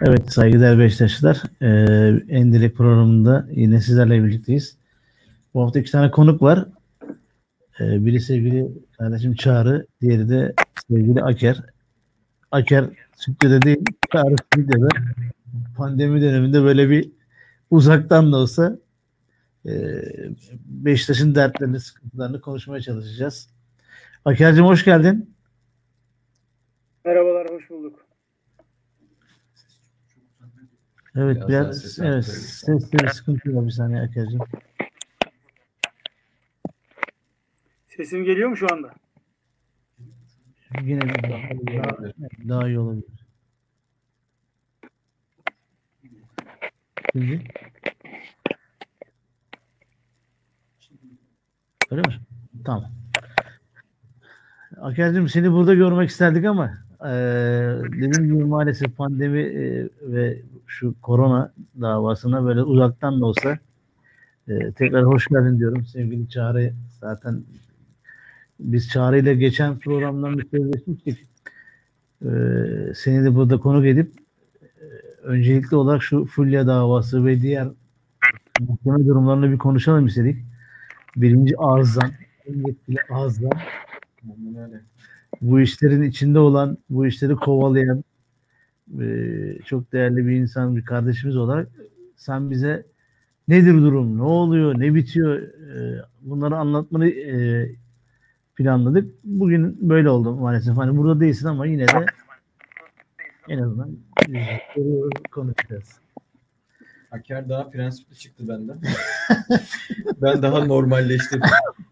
Evet, saygıdeğer Beşiktaşlılar. En Direkt programında yine sizlerle birlikteyiz. Bu hafta iki tane konuk var. Biri sevgili kardeşim Çağrı, diğeri de sevgili Aker. Aker stüdyoda değil, Çağrı stüdyoda. Pandemi döneminde böyle bir uzaktan da olsa e, Beşiktaş'ın dertlerini, sıkıntılarını konuşmaya çalışacağız. Aker'cim hoş geldin. Merhabalar, hoş bulduk. Evet, sesli bir sıkıntı var bir saniye Aker'cim. Sesim geliyor mu şu anda? Yine daha iyi olabilir. Şimdi? Öyle mi? Tamam. Aker'cim seni burada görmek isterdik ama dediğim gibi maalesef pandemi ve şu korona davasına böyle uzaktan da olsa tekrar hoş geldin diyorum. Sevgili Çağrı, zaten biz Çağrı ile geçen programdan bir sözleşmiştik. Seni de burada konuk edip öncelikli olarak şu Fulya davası ve diğer mahkeme durumlarını bir konuşalım istedik. Birinci ağızdan, en yetkili ağızdan bu işlerin içinde olan, bu işleri kovalayan çok değerli bir insan, bir kardeşimiz olarak sen bize nedir durum, ne oluyor, ne bitiyor, bunları anlatmanı planladık. Bugün böyle oldu maalesef. Hani burada değilsin ama yine de en azından konuşacağız. Aker daha prensipli çıktı benden. Ben daha normalleştim.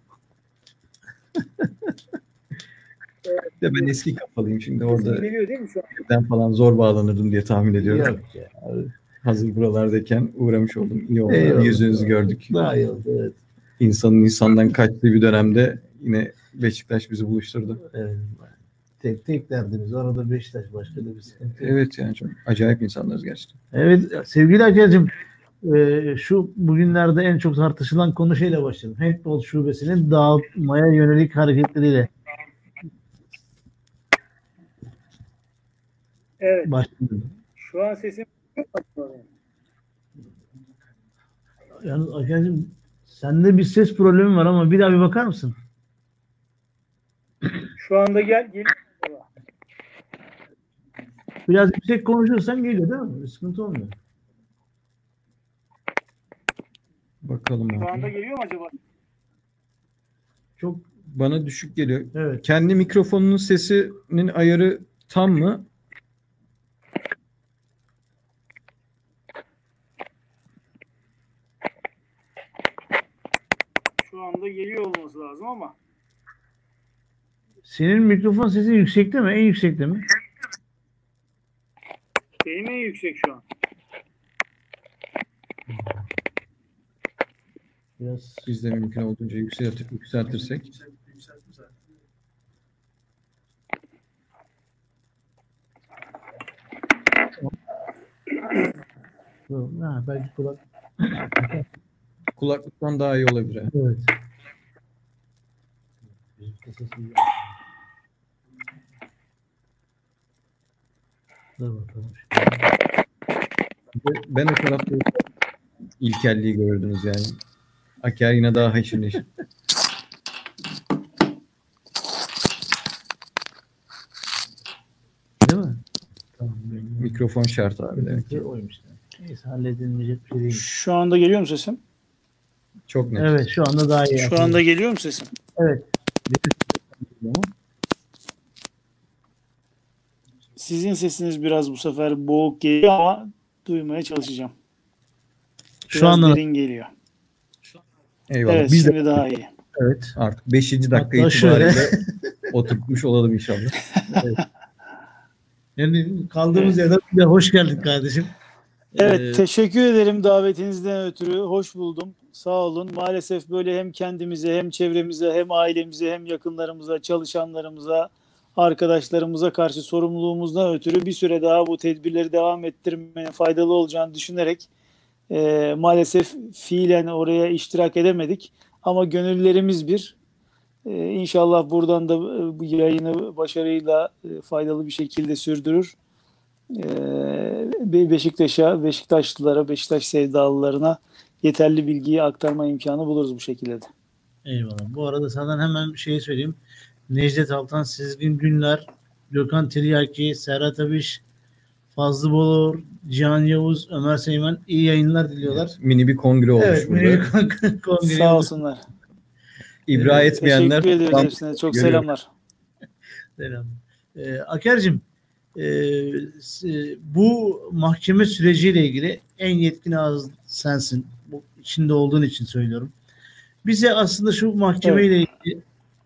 De ben eski kafalıyım şimdi orada. Geliyor değil mi şu an? Ben falan zor bağlanırdım diye tahmin ediyorum. Yok ya. Hazır buralardayken uğramış oldum. İyi oldu. Eyvallah. Yüzünüzü gördük. Daha iyi oldu, evet. İnsanın insandan kaçtığı bir dönemde yine Beşiktaş bizi buluşturdu. Evet. Tek derdimiz. Orada Beşiktaş, başka da bir sıkıntı. Evet yani çok acayip insanlarız gerçekten. Evet sevgili Aker'cim, şu bugünlerde en çok tartışılan konu şeyle başlayalım. Handball şubesinin dağıtmaya yönelik hareketleriyle Evet. başlayalım. Şu an sesim Yalnız Aker'cim sende bir ses problemi var ama bir daha bir bakar mısın? şu anda geliyor. Biraz yüksek konuşursan geliyor değil mi? Bir sıkıntı olmuyor. Bakalım Şu anda abi. geliyor mu acaba? Çok bana düşük geliyor. Evet. Kendi mikrofonunun sesinin ayarı tam mı? Şu anda geliyor olması lazım ama. Senin mikrofon sesi yüksekte mi? En yüksekte mi? Benim en yüksek şu an. Biraz Biz de mümkün olduğunca yükseltirsek. belki Kulaklıktan daha iyi olabilir. evet. Dur bakalım. Ben o tarafta ilkelliği gördünüz yani. Aker yine daha haşır neşir. Değil mi? Tamam. Mikrofon şart abi demek ki. Oymuş. Neyse, halledilmeyecek bir şey değil. Şu anda geliyor mu sesim? Çok net. Evet, şu anda daha iyi. Şu anda geliyor mu sesim? Evet. Sizin sesiniz biraz bu sefer boğuk geliyor ama duymaya çalışacağım. Şu Biraz anda derin geliyor. Eyvallah. Evet, Biz de şimdi daha iyi. evet. artık 5. dakika Hatta itibariyle şöyle. oturtmuş olalım inşallah. Evet. Yani kaldığımız yerden bir de hoş geldin kardeşim. Evet, teşekkür ederim davetinizden ötürü. Hoş buldum. Sağ olun. Maalesef böyle hem kendimize, hem çevremize, hem ailemize, hem yakınlarımıza, çalışanlarımıza, arkadaşlarımıza karşı sorumluluğumuzdan ötürü bir süre daha bu tedbirleri devam ettirmenin faydalı olacağını düşünerek maalesef fiilen oraya iştirak edemedik. Ama gönüllerimiz bir. İnşallah buradan da bu yayını başarıyla faydalı bir şekilde sürdürür. Beşiktaş'a, Beşiktaşlılara, Beşiktaş sevdalılarına yeterli bilgiyi aktarma imkanı buluruz bu şekilde de. Eyvallah. Bu arada senden hemen bir şey söyleyeyim. Necdet Altan, Sezgin Günler, Gökhan Tiryaki, Serhat Abiş, Fazlı Bolor, Cihan Yavuz, Ömer Seymen iyi yayınlar diliyorlar. Mini bir kongre olmuş Evet, burada. mini bir kongre Sağ olmuş. olsunlar. İbra etmeyenler. Teşekkür ediyoruz hepsine. Çok Görüyorum. selamlar. Selam. Aker'cim, bu mahkeme süreciyle ilgili en yetkin ağız sensin. Bu içinde olduğun için söylüyorum. Bize aslında şu mahkemeyle ilgili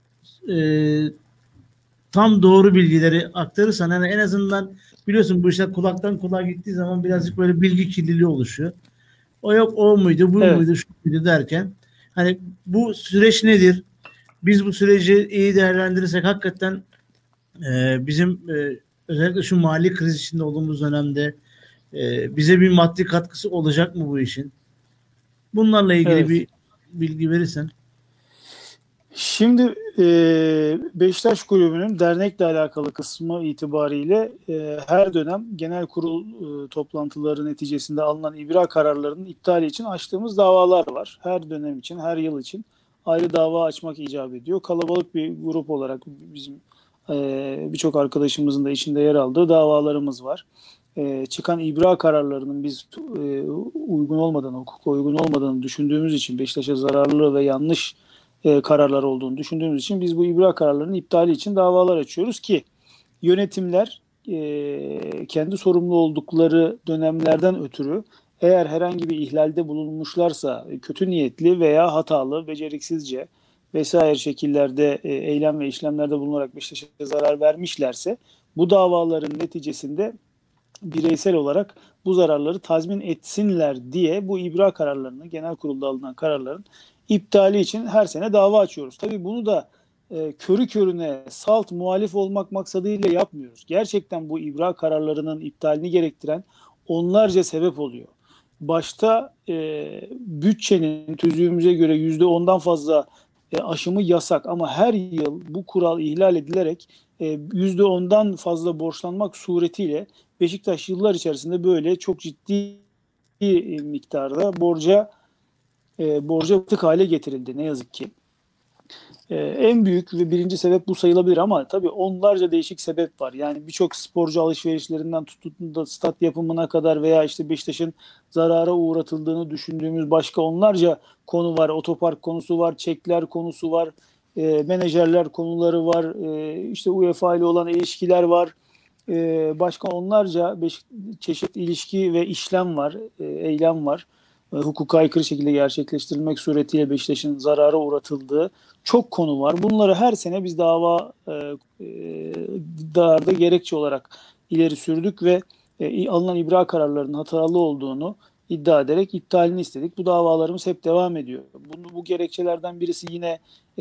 tam doğru bilgileri aktarırsan, hani en azından biliyorsun bu işler kulaktan kulağa gittiği zaman birazcık böyle bilgi kirliliği oluşuyor. O yok, o muydu, bu muydu, şu muydu derken, hani bu süreç nedir? Biz bu süreci iyi değerlendirirsek hakikaten bizim özellikle şu mali kriz içinde olduğumuz dönemde bize bir maddi katkısı olacak mı bu işin? Bunlarla ilgili bir bilgi verirsen. Şimdi Beşiktaş Kulübü'nün dernekle alakalı kısmı itibariyle her dönem genel kurul toplantıları neticesinde alınan ibra kararlarının iptali için açtığımız davalar var. Her dönem için, her yıl için ayrı dava açmak icap ediyor. Kalabalık bir grup olarak bizim birçok arkadaşımızın da içinde yer aldığı davalarımız var. Çıkan ibra kararlarının biz uygun olmadığını, hukuka uygun olmadığını düşündüğümüz için, Beşiktaş'a zararlı ve yanlış kararlar olduğunu düşündüğümüz için biz bu ibra kararlarının iptali için davalar açıyoruz ki yönetimler kendi sorumlu oldukları dönemlerden ötürü eğer herhangi bir ihlalde bulunmuşlarsa, kötü niyetli veya hatalı, beceriksizce vesaire şekillerde eylem ve işlemlerde bulunarak Beşiktaş'a zarar vermişlerse bu davaların neticesinde bireysel olarak bu zararları tazmin etsinler diye bu ibra kararlarını, genel kurulda alınan kararların iptali için her sene dava açıyoruz. Tabii bunu da körü körüne salt muhalif olmak maksadıyla yapmıyoruz. Gerçekten bu ibra kararlarının iptalini gerektiren onlarca sebep oluyor. Başta bütçenin tüzüğümüze göre %10'dan fazla aşımı yasak ama her yıl bu kural ihlal edilerek %10'dan fazla borçlanmak suretiyle Beşiktaş yıllar içerisinde böyle çok ciddi miktarda borca batık hale getirildi ne yazık ki. En büyük ve birinci sebep bu sayılabilir ama tabii onlarca değişik sebep var. Yani birçok sporcu alışverişlerinden tutun da stat yapımına kadar veya işte Beşiktaş'ın zarara uğratıldığını düşündüğümüz başka onlarca konu var. Otopark konusu var, çekler konusu var, menajerler konuları var, işte UEFA ile olan ilişkiler var. Başka onlarca çeşit ilişki ve işlem var, eylem var. Hukuka aykırı şekilde gerçekleştirilmek suretiyle Beşiktaş'ın zarara uğratıldığı çok konu var. Bunları her sene biz davalarda gerekçe olarak ileri sürdük ve alınan ibra kararlarının hatalı olduğunu iddia ederek iptalini istedik. Bu davalarımız hep devam ediyor. Bu gerekçelerden birisi yine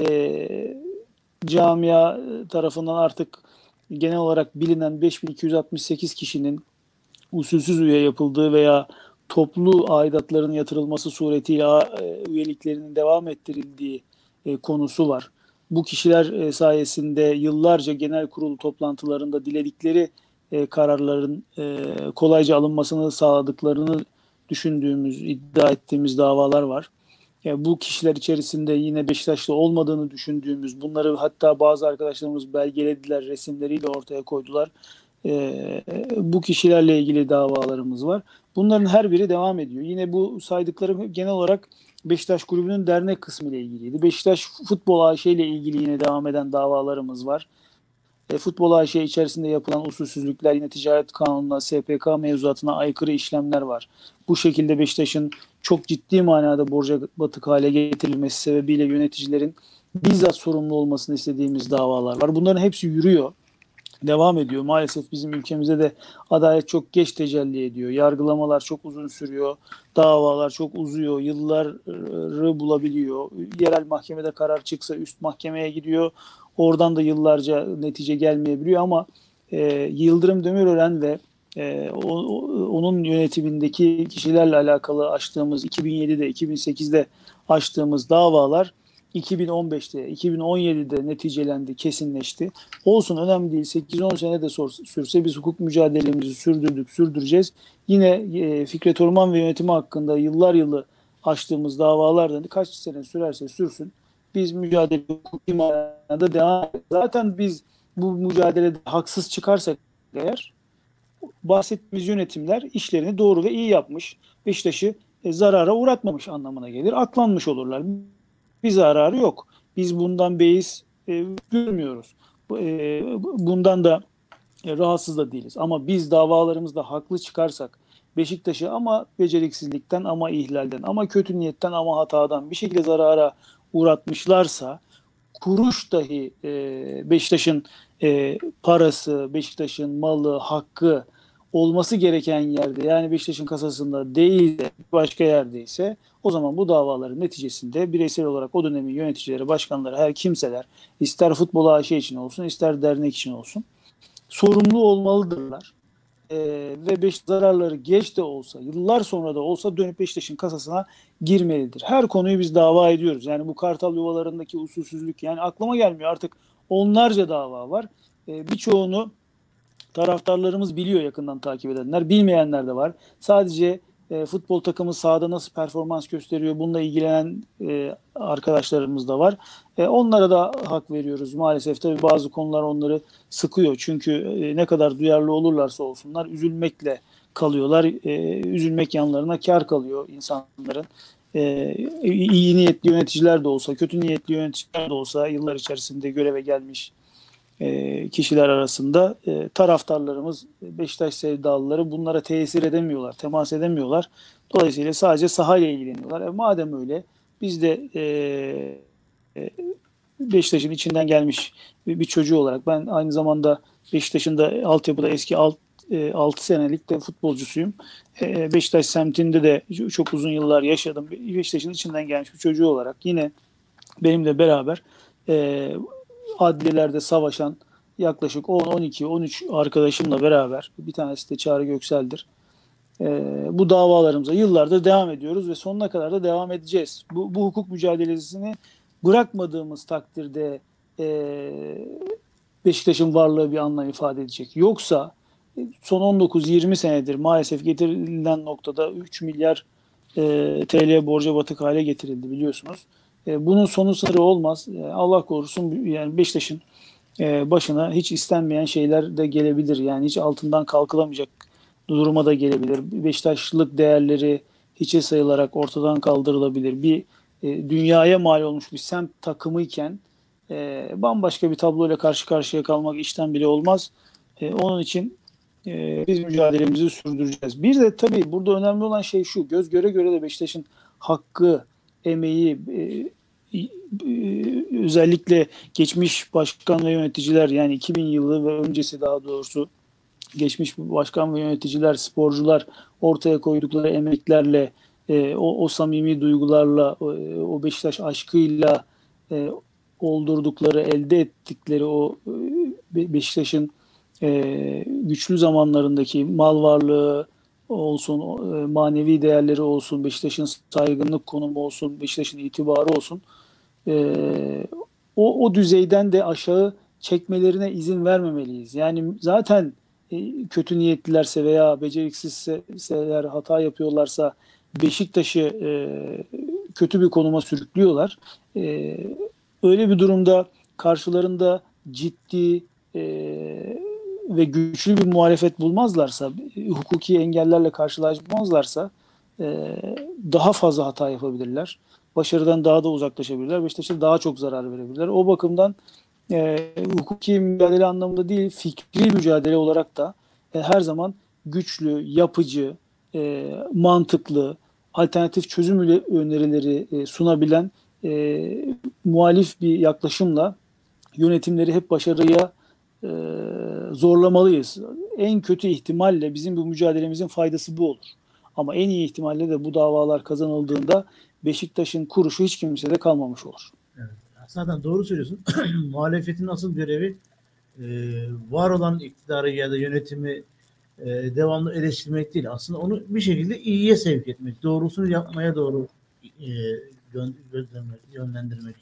camia tarafından artık genel olarak bilinen 5268 kişinin usulsüz üye yapıldığı veya toplu aidatların yatırılması suretiyle üyeliklerinin devam ettirildiği konusu var. Bu kişiler sayesinde yıllarca genel kurul toplantılarında diledikleri kararların kolayca alınmasını sağladıklarını düşündüğümüz, iddia ettiğimiz davalar var. Bu kişiler içerisinde yine Beşiktaşlı olmadığını düşündüğümüz, bunları hatta bazı arkadaşlarımız belgelediler, resimleriyle ortaya koydular. Bu kişilerle ilgili davalarımız var. Bunların her biri devam ediyor. Yine bu saydıklarım genel olarak Beşiktaş Kulübü'nün dernek kısmı ile ilgiliydi. Beşiktaş Futbol AŞ ile ilgili yine devam eden davalarımız var. Futbol AŞ içerisinde yapılan usulsüzlükler, yine ticaret kanununa, SPK mevzuatına aykırı işlemler var. Bu şekilde Beşiktaş'ın çok ciddi manada borca batık hale getirilmesi sebebiyle yöneticilerin bizzat sorumlu olmasını istediğimiz davalar var. Bunların hepsi yürüyor. Devam ediyor. Maalesef bizim ülkemizde de adalet çok geç tecelli ediyor. Yargılamalar çok uzun sürüyor. Davalar çok uzuyor. Yılları bulabiliyor. Yerel mahkemede karar çıksa üst mahkemeye gidiyor. Oradan da yıllarca netice gelmeyebiliyor ama Yıldırım Demirören ve onun yönetimindeki kişilerle alakalı açtığımız 2007'de 2008'de açtığımız davalar 2015'te, 2017'de neticelendi, kesinleşti. Olsun, önemli değil. 8-10 sene de sürse biz hukuk mücadelemizi sürdürdük, sürdüreceğiz. Yine Fikret Orman ve yönetimi hakkında yıllar yılı açtığımız davalardan kaç sene sürerse sürsün, biz mücadele hukuki manada devam edeceğiz. Zaten biz bu mücadelede haksız çıkarsak eğer, bahsettiğimiz yönetimler işlerini doğru ve iyi yapmış, Beşiktaş'ı zarara uğratmamış anlamına gelir. Aklanmış olurlar. Bir zararı yok. Biz bundan beis görmüyoruz. Bundan da rahatsız da değiliz. Ama biz davalarımızda haklı çıkarsak, Beşiktaş'ı ama beceriksizlikten, ama ihlalden, ama kötü niyetten, ama hatadan bir şekilde zarara uğratmışlarsa, kuruş dahi Beşiktaş'ın parası, Beşiktaş'ın malı, hakkı olması gereken yerde, yani Beşiktaş'ın kasasında değil de başka yerdeyse, o zaman bu davaların neticesinde bireysel olarak o dönemin yöneticileri, başkanları, her kimseler, ister futbol AŞ için olsun, ister dernek için olsun, sorumlu olmalıdırlar. Ve Beşiktaş zararları geç de olsa, yıllar sonra da olsa dönüp Beşiktaş'ın kasasına girmelidir. Her konuyu biz dava ediyoruz. Yani bu Kartal yuvalarındaki usulsüzlük, yani aklıma gelmiyor artık, onlarca dava var. Birçoğunu taraftarlarımız biliyor, yakından takip edenler. Bilmeyenler de var. Sadece futbol takımı sahada nasıl performans gösteriyor, bununla ilgilenen arkadaşlarımız da var. Onlara da hak veriyoruz. Maalesef tabii bazı konular onları sıkıyor. Çünkü ne kadar duyarlı olurlarsa olsunlar üzülmekle kalıyorlar. Üzülmek yanlarına kar kalıyor insanların. İyi niyetli yöneticiler de olsa, kötü niyetli yöneticiler de olsa, yıllar içerisinde göreve gelmiş kişiler arasında taraftarlarımız, Beşiktaş sevdalıları bunlara tesir edemiyorlar, temas edemiyorlar. Dolayısıyla sadece sahayla ilgileniyorlar. Madem öyle, biz de Beşiktaş'ın içinden gelmiş bir çocuğu olarak, ben aynı zamanda Beşiktaş'ın da altyapıda eski 6 senelik de futbolcusuyum. Beşiktaş semtinde de çok uzun yıllar yaşadım. Beşiktaş'ın içinden gelmiş bir çocuğu olarak yine benimle beraber adliyelerde savaşan yaklaşık 10, 12, 13 arkadaşımla beraber, bir tanesi de Çağrı Göksel'dir, bu davalarımıza yıllardır devam ediyoruz ve sonuna kadar da devam edeceğiz. Bu hukuk mücadelesini bırakmadığımız takdirde Beşiktaş'ın varlığı bir anlam ifade edecek. Yoksa son 19-20 senedir maalesef getirilen noktada 3 milyar TL borca batık hale getirildi, biliyorsunuz. Bunun sonu sınırı olmaz. Allah korusun, yani Beşiktaş'ın başına hiç istenmeyen şeyler de gelebilir. Yani hiç altından kalkılamayacak duruma da gelebilir. Beşiktaşlılık değerleri hiçe sayılarak ortadan kaldırılabilir. Bir dünyaya mal olmuş bir semt takımıyken bambaşka bir tabloyla karşı karşıya kalmak işten bile olmaz. Onun için biz mücadelemizi sürdüreceğiz. Bir de tabii burada önemli olan şey şu: göz göre göre de Beşiktaş'ın hakkı, emeği, özellikle geçmiş başkan ve yöneticiler, yani 2000 yılı ve öncesi, daha doğrusu geçmiş başkan ve yöneticiler, sporcular ortaya koydukları emeklerle, o samimi duygularla, o Beşiktaş aşkıyla oldurdukları, elde ettikleri o Beşiktaş'ın güçlü zamanlarındaki mal varlığı olsun, manevi değerleri olsun, Beşiktaş'ın saygınlık konumu olsun, Beşiktaş'ın itibarı olsun, o düzeyden de aşağı çekmelerine izin vermemeliyiz. Yani zaten kötü niyetlilerse veya beceriksizseler, hata yapıyorlarsa Beşiktaş'ı kötü bir konuma sürüklüyorlar. Öyle bir durumda karşılarında ciddi ve güçlü bir muhalefet bulmazlarsa, hukuki engellerle karşılaşmazlarsa daha fazla hata yapabilirler. Başarıdan daha da uzaklaşabilirler. Beşiktaş'a daha çok zarar verebilirler. O bakımdan hukuki mücadele anlamında değil, fikri mücadele olarak da her zaman güçlü, yapıcı, mantıklı, alternatif çözüm önerileri sunabilen muhalif bir yaklaşımla yönetimleri hep başarıya zorlamalıyız. En kötü ihtimalle bizim bu mücadelemizin faydası bu olur. Ama en iyi ihtimalle de bu davalar kazanıldığında Beşiktaş'ın kuruşu hiç kimsede kalmamış olur. Evet. Zaten doğru söylüyorsun. Muhalefetin asıl görevi var olan iktidarı ya da yönetimi devamlı eleştirmek değil. Aslında onu bir şekilde iyiye sevk etmek. Doğrusunu yapmaya doğru yönlendirmek.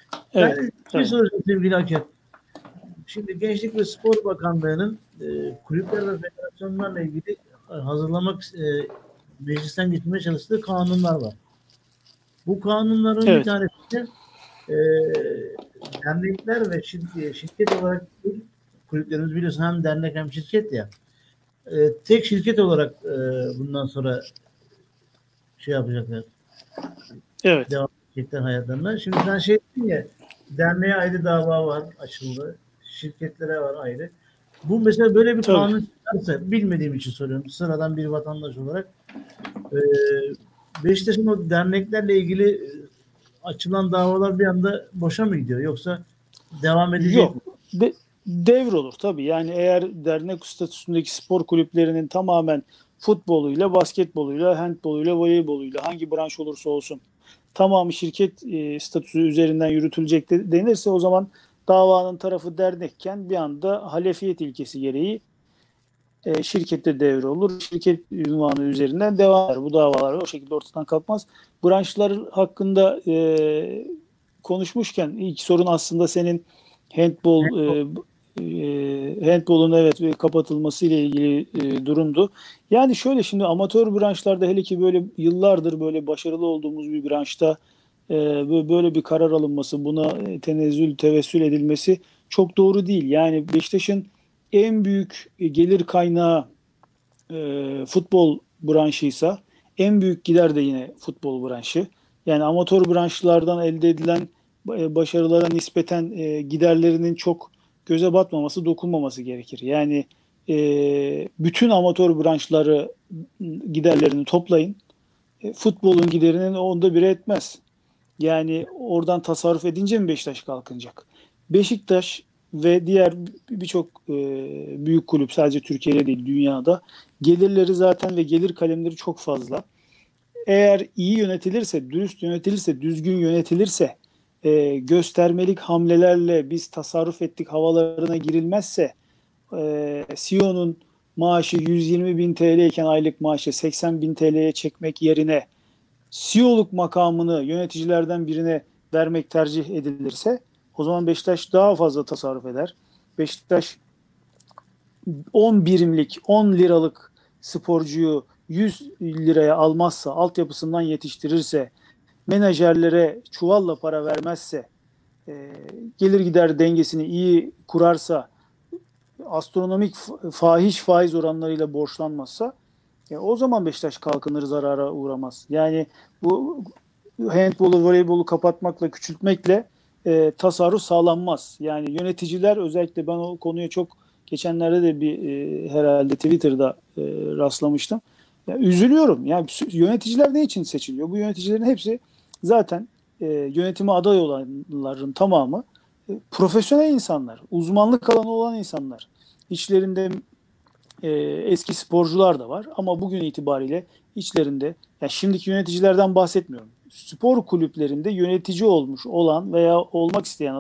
Evet. Ben bir şey Evet. soracağım sevgili Hakem. Şimdi Gençlik ve Spor Bakanlığı'nın kulüpler ve federasyonlarla ilgili hazırlamak meclisten geçirmeye çalıştığı kanunlar var. Bu kanunların bir Evet. tanesinde e, dernekler ve şirket olarak kulüplerimiz biliyorsun hem dernek hem şirket ya. Tek şirket olarak bundan sonra şey yapacaklar. Evet. Devam edecekler hayatlarına. Şimdi sen şey dedin ya, derneğe ayrı dava var açıldı. Şirketlere var ayrı. Bu mesela böyle bir Tabii. kanun çıkarsa, bilmediğim için soruyorum. Sıradan bir vatandaş olarak e, Beşiktaş'ın o derneklerle ilgili açılan davalar bir anda boşa mı gidiyor? Yoksa devam edecek mi? Yok. Devrolur tabii. Yani eğer dernek statüsündeki spor kulüplerinin tamamen futboluyla, basketboluyla, handboluyla, voleyboluyla hangi branş olursa olsun tamamı şirket statüsü üzerinden yürütülecek denirse o zaman davanın tarafı dernekken bir anda halefiyet ilkesi gereği şirkette devrolur. Şirket ünvanı üzerinden devam eder. Bu davalar o şekilde ortadan kalkmaz. Branşlar hakkında konuşmuşken ilk sorun aslında senin handbol handbolun evet kapatılması ile ilgili durumdu. Yani şöyle şimdi amatör branşlarda hele ki böyle yıllardır böyle başarılı olduğumuz bir branşta böyle bir karar alınması, buna tevessül edilmesi çok doğru değil. Yani Beşiktaş'ın en büyük gelir kaynağı futbol branşıysa en büyük gider de yine futbol branşı. Yani amatör branşlardan elde edilen başarılara nispeten giderlerinin çok göze batmaması, dokunmaması gerekir. Yani bütün amatör branşları giderlerini toplayın. Futbolun giderinin onda biri etmez. Yani oradan tasarruf edince mi Beşiktaş kalkınacak? Beşiktaş ve diğer birçok büyük kulüp sadece Türkiye'de değil dünyada gelirleri zaten ve gelir kalemleri çok fazla. Eğer iyi yönetilirse, dürüst yönetilirse, düzgün yönetilirse, göstermelik hamlelerle biz tasarruf ettik havalarına girilmezse CEO'nun maaşı 120 bin TL iken aylık maaşı 80 bin TL'ye çekmek yerine CEO'luk makamını yöneticilerden birine vermek tercih edilirse o zaman Beşiktaş daha fazla tasarruf eder. Beşiktaş 10 birimlik, 10 liralık sporcuyu 100 liraya almazsa, altyapısından yetiştirirse, menajerlere çuvalla para vermezse, gelir gider dengesini iyi kurarsa, astronomik fahiş faiz oranlarıyla borçlanmazsa o zaman Beşiktaş kalkınır, zarara uğramaz. Yani bu handbolu, voleybolu kapatmakla, küçültmekle tasarruf sağlanmaz. Yani yöneticiler özellikle ben o konuya çok geçenlerde de bir herhalde Twitter'da rastlamıştım. Ya, üzülüyorum. Yani yöneticiler ne için seçiliyor? Bu yöneticilerin hepsi zaten yönetime aday olanların tamamı profesyonel insanlar, uzmanlık alanı olan insanlar. İçlerinde eski sporcular da var ama bugün itibariyle içlerinde, yani şimdiki yöneticilerden bahsetmiyorum. Spor kulüplerinde yönetici olmuş olan veya olmak isteyen,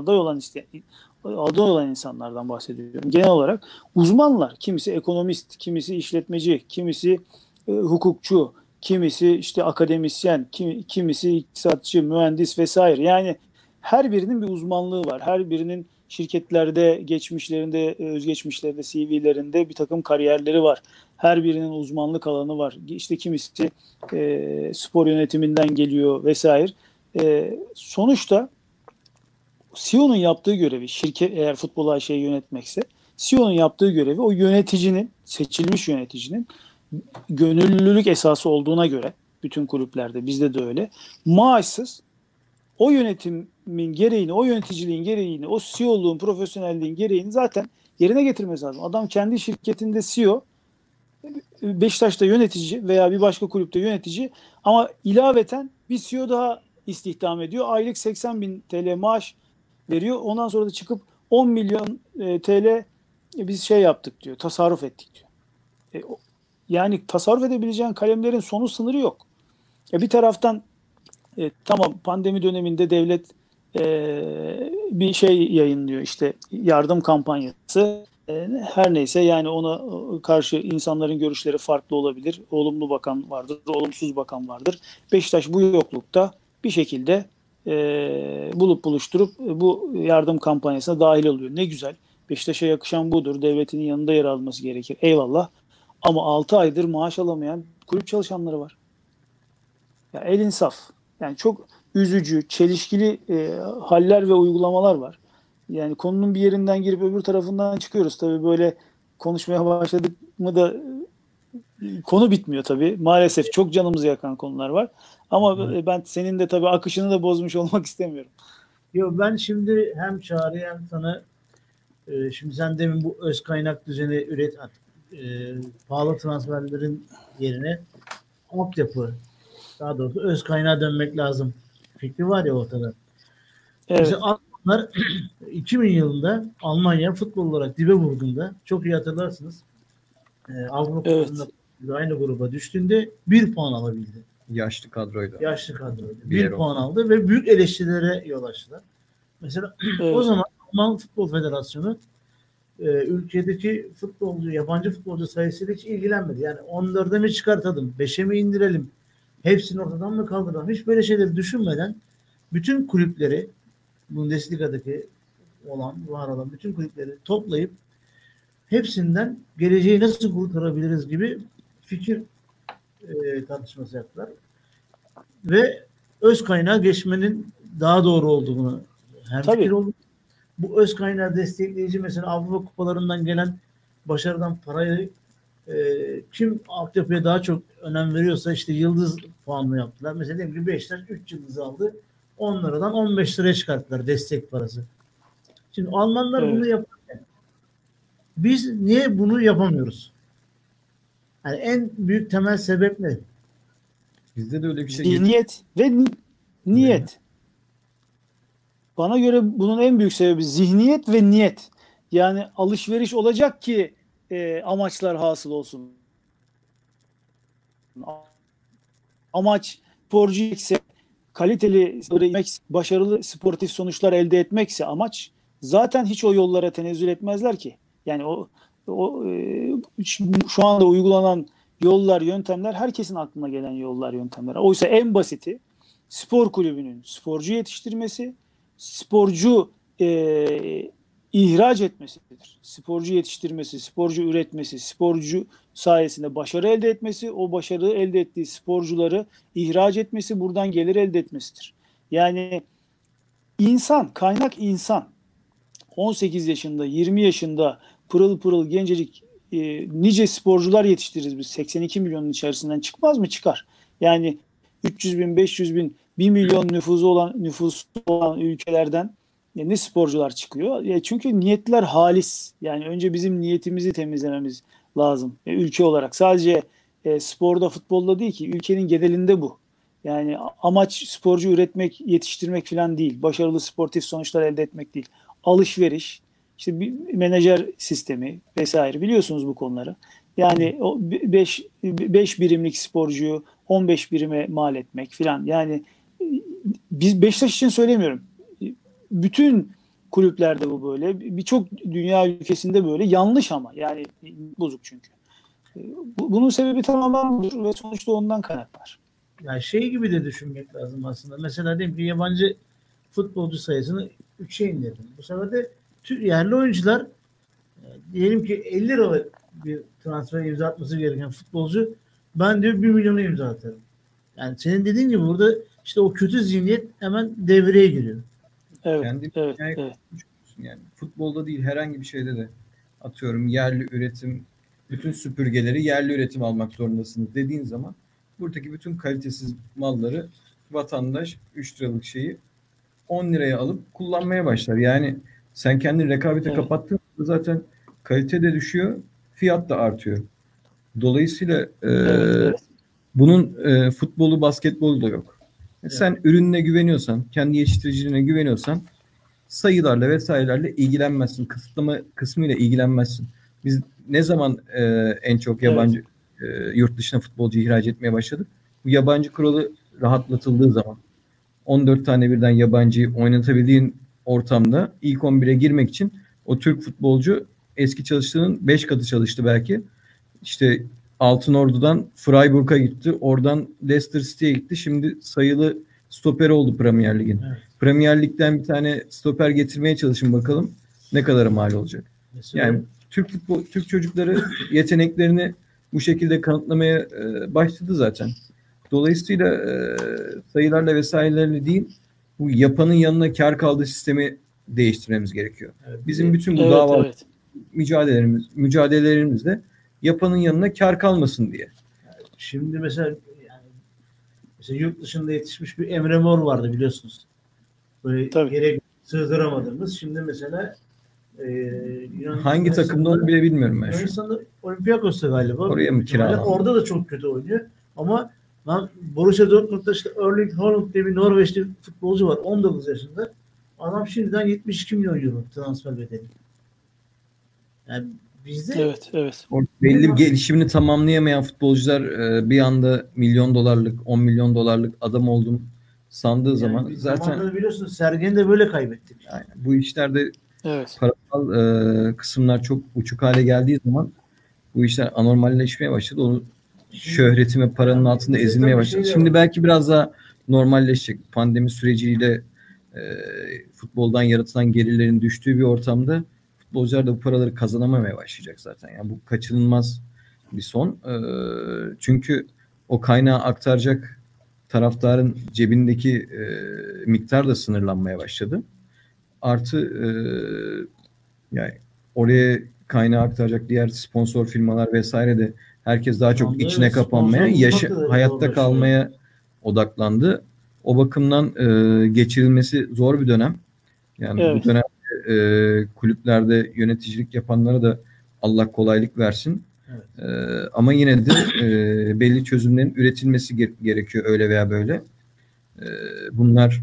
aday olan insanlardan bahsediyorum. Genel olarak uzmanlar, kimisi ekonomist, kimisi işletmeci, kimisi hukukçu, kimisi işte akademisyen, kimisi iktisatçı, mühendis vesaire. Yani her birinin bir uzmanlığı var. Her birinin şirketlerde geçmişlerinde, özgeçmişlerinde, CV'lerinde bir takım kariyerleri var. Her birinin uzmanlık alanı var. İşte kimisi spor yönetiminden geliyor vesaire. Sonuçta CEO'nun yaptığı görevi, şirket eğer futbol AŞ'yi yönetmekse, CEO'nun yaptığı görevi o yöneticinin, seçilmiş yöneticinin gönüllülük esası olduğuna göre bütün kulüplerde, bizde de öyle, maaşsız o yönetimin gereğini, o yöneticiliğin gereğini, o CEO'luğun, profesyonelliğin gereğini zaten yerine getirmesi lazım. Adam kendi şirketinde CEO, Beşiktaş'ta yönetici veya bir başka kulüpte yönetici ama ilaveten bir CEO daha istihdam ediyor. Aylık 80 bin TL maaş veriyor. Ondan sonra da çıkıp 10 milyon TL biz şey yaptık diyor, tasarruf ettik diyor. Yani tasarruf edebileceğin kalemlerin sonu sınırı yok. Bir taraftan tamam pandemi döneminde devlet bir şey yayınlıyor işte yardım kampanyası. Her neyse yani ona karşı insanların görüşleri farklı olabilir. Olumlu bakan vardır, olumsuz bakan vardır. Beşiktaş bu yoklukta bir şekilde bulup buluşturup bu yardım kampanyasına dahil oluyor. Ne güzel. Beşiktaş'a yakışan budur. Devletinin yanında yer alması gerekir. Eyvallah. Ama 6 aydır maaş alamayan kulüp çalışanları var. Ya el insaf. Yani çok üzücü, çelişkili haller ve uygulamalar var. Yani konunun bir yerinden girip öbür tarafından çıkıyoruz. Tabii böyle konuşmaya başladık mı da konu bitmiyor tabii. Maalesef çok canımızı yakan konular var. Ama ben senin de tabii akışını da bozmuş olmak istemiyorum. Yo, ben şimdi hem Çağrı hem sana şimdi sen demin bu öz kaynak düzeni pahalı transferlerin yerine altyapı, daha doğrusu öz kaynağa dönmek lazım fikri var ya ortada. Evet. Mesela Almanlar 2000 yılında Almanya futbol olarak dibe vurduğunda çok iyi hatırlarsınız. Avrupa Kupası'nda aynı gruba düştüğünde 1 puan alabildi. Yaşlı kadroydu. Yaşlı kadroydu. 1 puan aldı ve büyük eleştirilere yol açtılar. Mesela o zaman Alman Futbol Federasyonu ülkedeki yabancı futbolcu sayısıyla hiç ilgilenmedi. Yani 14'e mi çıkartalım, 5'e mi indirelim, hepsini ortadan mı kaldıralım? Hiç böyle şeyleri düşünmeden bütün kulüpleri, Bundesliga'daki var olan bütün kulüpleri toplayıp hepsinden geleceği nasıl kurtarabiliriz gibi fikir tartışması yaptılar. Ve öz kaynağa geçmenin daha doğru olduğunu fikir oldu. Bu öz kaynağı destekleyici mesela Avrupa kupalarından gelen başarıdan parayı kim altyapıya daha çok önem veriyorsa işte yıldız puanını yaptılar. Mesela diyelim ki Beşiktaş 3 yıldız aldı. 10 liradan 15 liraya çıkarttılar destek parası. Şimdi Almanlar bunu yaparken biz niye bunu yapamıyoruz? Yani en büyük temel sebep ne? Bizde de öyle bir şey. Zihniyet ve niyet. Bana göre bunun en büyük sebebi zihniyet ve niyet. Yani alışveriş olacak ki amaçlar hasıl olsun. Amaç sporcu ise kaliteli, başarılı sportif sonuçlar elde etmekse amaç zaten hiç o yollara tenezzül etmezler ki. Yani şu anda uygulanan yollar, yöntemler herkesin aklına gelen yollar, yöntemler. Oysa en basiti spor kulübünün sporcu yetiştirmesi, sporcu ihraç etmesidir. Sporcu yetiştirmesi, sporcu üretmesi, sporcu sayesinde başarı elde etmesi, o başarı elde ettiği sporcuları ihraç etmesi, buradan gelir elde etmesidir. Yani kaynak insan. 18 yaşında, 20 yaşında pırıl pırıl gencecik nice sporcular yetiştiririz biz. 82 milyonun içerisinden çıkmaz mı? Çıkar. Yani 300 bin, 500 bin, 1 milyon nüfusu olan ülkelerden ne sporcular çıkıyor? Çünkü niyetler halis. Yani önce bizim niyetimizi temizlememiz lazım. Ülke olarak. Sadece sporda, futbolda değil ki. Ülkenin genelinde bu. Yani amaç sporcu üretmek, yetiştirmek falan değil. Başarılı sportif sonuçlar elde etmek değil. Alışveriş, işte bir menajer sistemi vesaire, biliyorsunuz bu konuları. Yani o 5 birimlik sporcuyu 15 birime mal etmek filan. Yani biz Beşiktaş için söylemiyorum. Bütün kulüplerde bu böyle. Birçok dünya ülkesinde böyle. Yanlış ama. Yani bozuk çünkü. Bunun sebebi tamamen budur ve sonuçta ondan kaynaklar. Yani şey gibi de düşünmek lazım aslında. Mesela diyelim ki yabancı futbolcu sayısını 3'e indirdim. Bu sefer de yerli oyuncular diyelim ki 50 liralık bir transfer imza atması gereken futbolcu ben diyor 1 milyona imza atarım. Yani senin dediğin gibi burada işte o kötü zihniyet hemen devreye giriyor. Evet. Yani futbolda değil, herhangi bir şeyde de atıyorum yerli üretim, bütün süpürgeleri yerli üretim almak zorundasınız dediğin zaman buradaki bütün kalitesiz malları vatandaş 3 liralık şeyi 10 liraya alıp kullanmaya başlar. Yani sen kendini rekabete kapattığında zaten kalite de düşüyor, fiyat da artıyor. Dolayısıyla bunun futbolu, basketbolu da yok. Sen ürününe güveniyorsan, kendi yetiştiriciliğine güveniyorsan sayılarla vesairelerle ilgilenmezsin. Kısıtlama kısmıyla ilgilenmezsin. Biz ne zaman en çok yabancı yurt dışına futbolcu ihraç etmeye başladık? Bu yabancı kuralı rahatlatıldığı zaman. 14 tane birden yabancıyı oynatabildiğin ortamda ilk 11'e girmek için o Türk futbolcu eski çalıştığının 5 katı çalıştı belki. İşte Altınordu'dan Freiburg'a gitti. Oradan Leicester City'ye gitti. Şimdi sayılı stoperi oldu Premier Lig'in. Evet. Premier Lig'den bir tane stoper getirmeye çalışın bakalım ne kadar mal olacak. Mesela, Yani Türk çocukları yeteneklerini bu şekilde kanıtlamaya başladı zaten. Dolayısıyla sayılarla vesairelerle değil, bu yapanın yanına kar kaldığı sistemi değiştirmemiz gerekiyor. evet, Bizim bütün bu mücadelelerimizde yapanın yanına kar kalmasın diye. Şimdi mesela yurt dışında yetişmiş bir Emre Mor vardı biliyorsunuz. Böyle yere sığdıramadığımız. Şimdi mesela hangi takımda onu bile bilmiyorum ben şu an. Yunanistan'da Olympiakos'ta galiba. Oraya mı kiralandı? Orada da çok kötü oynuyor. Ama Borussia Dortmund'da işte Erling Haaland diye bir Norveçli futbolcu var. 19 yaşında. Adam şimdiden 72 milyon euro transfer bedeli. Yani bizde belli bir gelişimini tamamlayamayan futbolcular bir anda milyon dolarlık, 10 milyon dolarlık adam oldum sandığı zaman zaten biliyorsunuz Sergen'i de böyle kaybettik. Yani bu işlerde parasal kısımlar çok uçuk hale geldiği zaman bu işler anormalleşmeye başladı. O şöhretin ve paranın altında ezilmeye başladı. Şimdi belki biraz daha normalleşecek. Pandemi süreciyle futboldan yaratılan gelirlerin düştüğü bir ortamda futbolcular da bu paraları kazanamamaya başlayacak zaten. Yani bu kaçınılmaz bir son. Çünkü o kaynağı aktaracak taraftarın cebindeki miktar da sınırlanmaya başladı. Artı yani oraya kaynağı aktaracak diğer sponsor firmalar vesaire de herkes daha çok içine kapanmaya, hayatta kalmaya odaklandı. O bakımdan geçirilmesi zor bir dönem. Yani bu dönemde kulüplerde yöneticilik yapanlara da Allah kolaylık versin. Evet. Ama yine de belli çözümlerin üretilmesi gerekiyor öyle veya böyle. Bunlar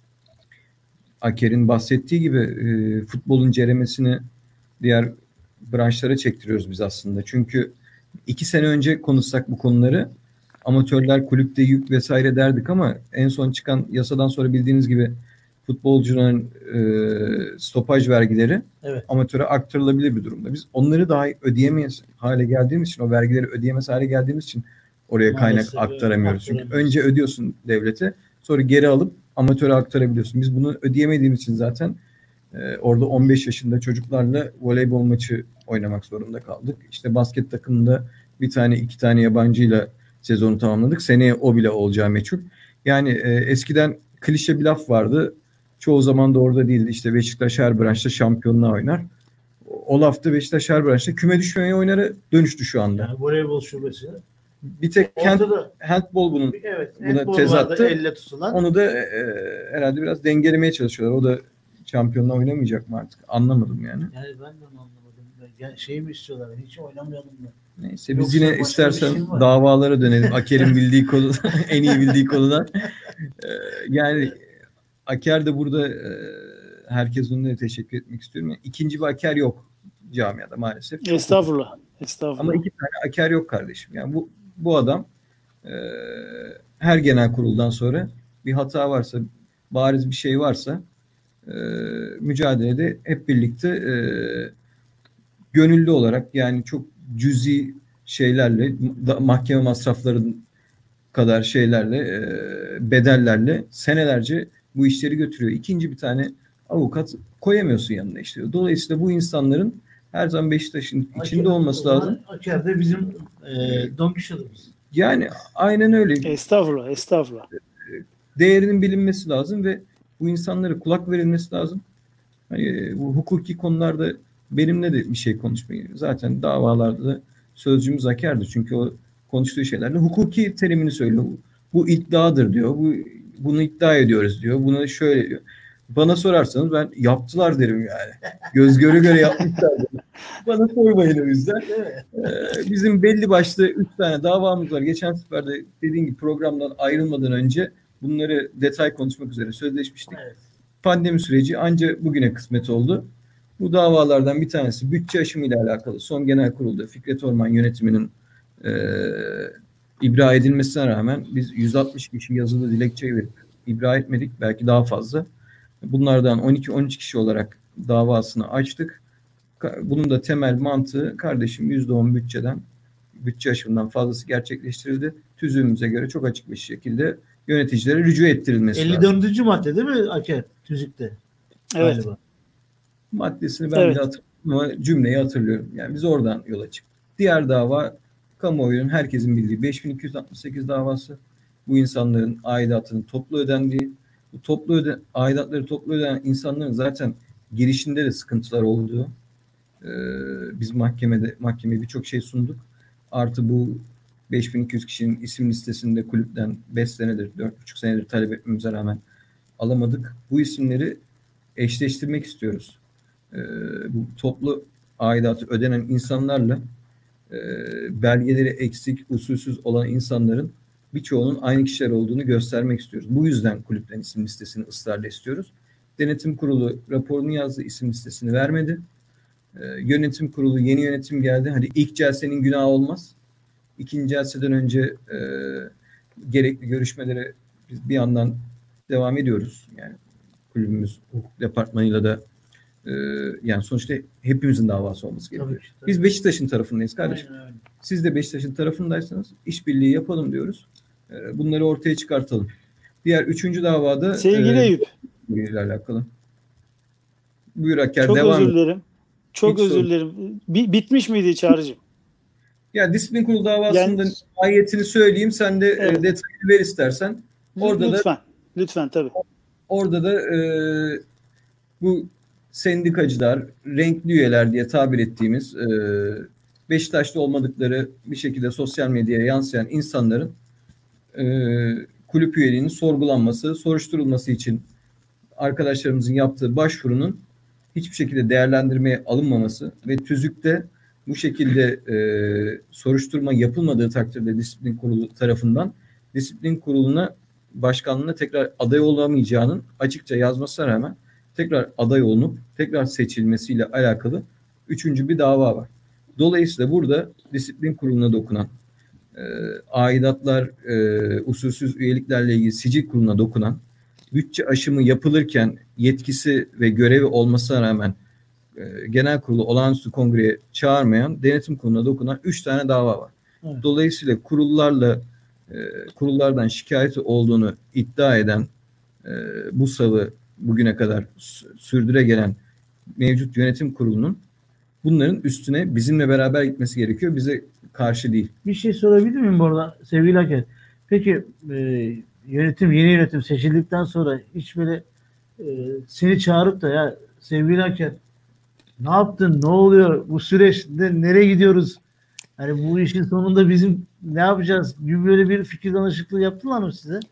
Aker'in bahsettiği gibi futbolun ceremesini diğer branşlara çektiriyoruz biz aslında. Çünkü 2 sene önce konuşsak bu konuları amatörler kulüpte yük vesaire derdik ama en son çıkan yasadan sonra bildiğiniz gibi futbolcuların stopaj vergileri amatöre aktarılabilir bir durumda. Biz onları daha ödeyemeyiz hale geldiğimiz için, o vergileri ödeyemez hale geldiğimiz için oraya kaynak aktaramıyoruz. Çünkü önce ödüyorsun devlete, sonra geri alıp amatöre aktarabiliyorsun. Biz bunu ödeyemediğimiz için zaten orada 15 yaşında çocuklarla voleybol maçı oynamak zorunda kaldık. İşte basket takımında bir tane 2 tane yabancıyla sezonu tamamladık. Seneye o bile olacağı meçhul. Yani eskiden klişe bir laf vardı. Çoğu zaman da orada değildi. İşte Beşiktaş her branşta şampiyonluğa oynar. O lafta Beşiktaş her branşta küme düşmeye oynara dönüştü şu anda. Yani voleybol şubesi. Bir tek handball buna tezattı. Elle tutulan. Onu da herhalde biraz dengelemeye çalışıyorlar. O da şampiyonluğa oynamayacak mı artık? Anlamadım yani. Yani ben de anlamadım. Yani şey mi istiyorlar? Hiç oynamayalım mı? Neyse biz yine istersen davalara dönelim. Aker'in bildiği konuda, en iyi bildiği konudan. Yani Aker de burada herkesin önüne teşekkür etmek istiyorum. Yani ikinci bir Aker yok camiada maalesef. Estağfurullah. Ama 2 tane Aker yok kardeşim. Yani bu adam her genel kuruldan sonra bir hata varsa, bariz bir şey varsa mücadelede hep birlikte gönüllü olarak, yani çok cüzi şeylerle, mahkeme masrafları kadar şeylerle, bedellerle senelerce bu işleri götürüyor. İkinci bir tane avukat koyamıyorsun yanına işte. Dolayısıyla bu insanların her zaman Beşiktaş'ın içinde olması lazım. Aker de bizim Don Quixote'ımız. Yani aynen öyle. Estağfurullah. Değerinin bilinmesi lazım ve bu insanlara kulak verilmesi lazım. Hani bu hukuki konularda benimle de bir şey konuşmayı. Zaten davalarda da sözcüğümüz Aker'dir. Çünkü o konuştuğu şeylerle hukuki terimini söylüyor. Bu iddiadır diyor. Bunu iddia ediyoruz diyor. Buna şöyle diyor. Bana sorarsanız ben yaptılar derim yani. Göz göre göre yapmışlar. Bana sormayın o yüzden. Bizim belli başlı 3 tane davamız var. Geçen sefer de dediğim gibi programdan ayrılmadan önce bunları detay konuşmak üzere sözleşmiştik. Evet. Pandemi süreci ancak bugüne kısmet oldu. Bu davalardan bir tanesi bütçe aşımı ile alakalı. Son genel kurulda Fikret Orman yönetiminin ibra edilmesine rağmen biz 160 kişi yazılı dilekçe verip ibra etmedik. Belki daha fazla. Bunlardan 12-13 kişi olarak davasını açtık. Bunun da temel mantığı kardeşim %10 bütçe aşımından fazlası gerçekleştirildi. Tüzüğümüze göre çok açık bir şekilde yöneticilere rücu ettirilmesi lazım. 54. madde değil mi Aker? TÜZÜK'te. Evet. Galiba. Maddesini ben Evet. de hatırlıyorum ama cümleyi hatırlıyorum. Yani biz oradan yola çıktık. Diğer dava kamuoyunun herkesin bildiği 5268 davası. Bu insanların aidatının toplu ödendiği, bu aidatları toplu ödenen insanların zaten girişinde de sıkıntılar olduğu. Biz mahkemeye birçok şey sunduk. Artı bu 5200 kişinin isim listesinde kulüpten 5 senedir, 4,5 senedir talep etmemize rağmen alamadık. Bu isimleri eşleştirmek istiyoruz. Bu toplu aidatı ödenen insanlarla belgeleri eksik, usulsüz olan insanların birçoğunun aynı kişiler olduğunu göstermek istiyoruz. Bu yüzden kulüpten isim listesini ısrarla istiyoruz. Denetim Kurulu raporunu yazdı, isim listesini vermedi. Yönetim Kurulu, yeni yönetim geldi. Hadi ilk celsenin günahı olmaz. İkinci celseden önce gerekli görüşmelere biz bir yandan devam ediyoruz. Yani kulübümüz hukuk departmanıyla da yani sonuçta hepimizin davası olması gerekiyor. Tabii. Biz Beşiktaş'ın tarafındayız kardeşim. Aynen. Siz de Beşiktaş'ın tarafındaysanız işbirliği yapalım diyoruz. Bunları ortaya çıkartalım. Diğer 3. davada Sevgili Eyüp. ile alakalı. Buyur Akker, Çok devam özür dilerim. Çok Hiç özür sorun. dilerim. Bitmiş miydi Çağrı'cığım? Ya disiplin kurulu davasının Yani- ayetini söyleyeyim. Sen de Evet. detayını ver istersen. Orada Lütfen. Lütfen tabii. Orada da bu sendikacılar, renkli üyeler diye tabir ettiğimiz Beşiktaşlı olmadıkları bir şekilde sosyal medyaya yansıyan insanların kulüp üyeliğinin sorgulanması, soruşturulması için arkadaşlarımızın yaptığı başvurunun hiçbir şekilde değerlendirmeye alınmaması ve tüzükte bu şekilde soruşturma yapılmadığı takdirde disiplin kurulu tarafından disiplin kuruluna başkanlığına tekrar aday olamayacağının açıkça yazmasına rağmen tekrar aday olunup tekrar seçilmesiyle alakalı 3. bir dava var. Dolayısıyla burada disiplin kuruluna dokunan aidatlar, usulsüz üyeliklerle ilgili sicil kuruluna dokunan, bütçe aşımı yapılırken yetkisi ve görevi olmasına rağmen genel kurulu olağanüstü kongreye çağırmayan, denetim kuruluna dokunan 3 tane dava var. Evet. Dolayısıyla kurullardan şikayeti olduğunu iddia eden bu savı bugüne kadar sürdüre gelen mevcut yönetim kurulunun bunların üstüne bizimle beraber gitmesi gerekiyor. Bize karşı değil. Bir şey sorabilir miyim bu arada sevgili Aker? Peki yeni yönetim seçildikten sonra hiç böyle seni çağırıp da ya sevgili Aker ne yaptın? Ne oluyor? Bu süreçte nereye gidiyoruz? Hani bu işin sonunda bizim ne yapacağız? Gibi böyle bir fikir danışıklığı yaptılar mı size?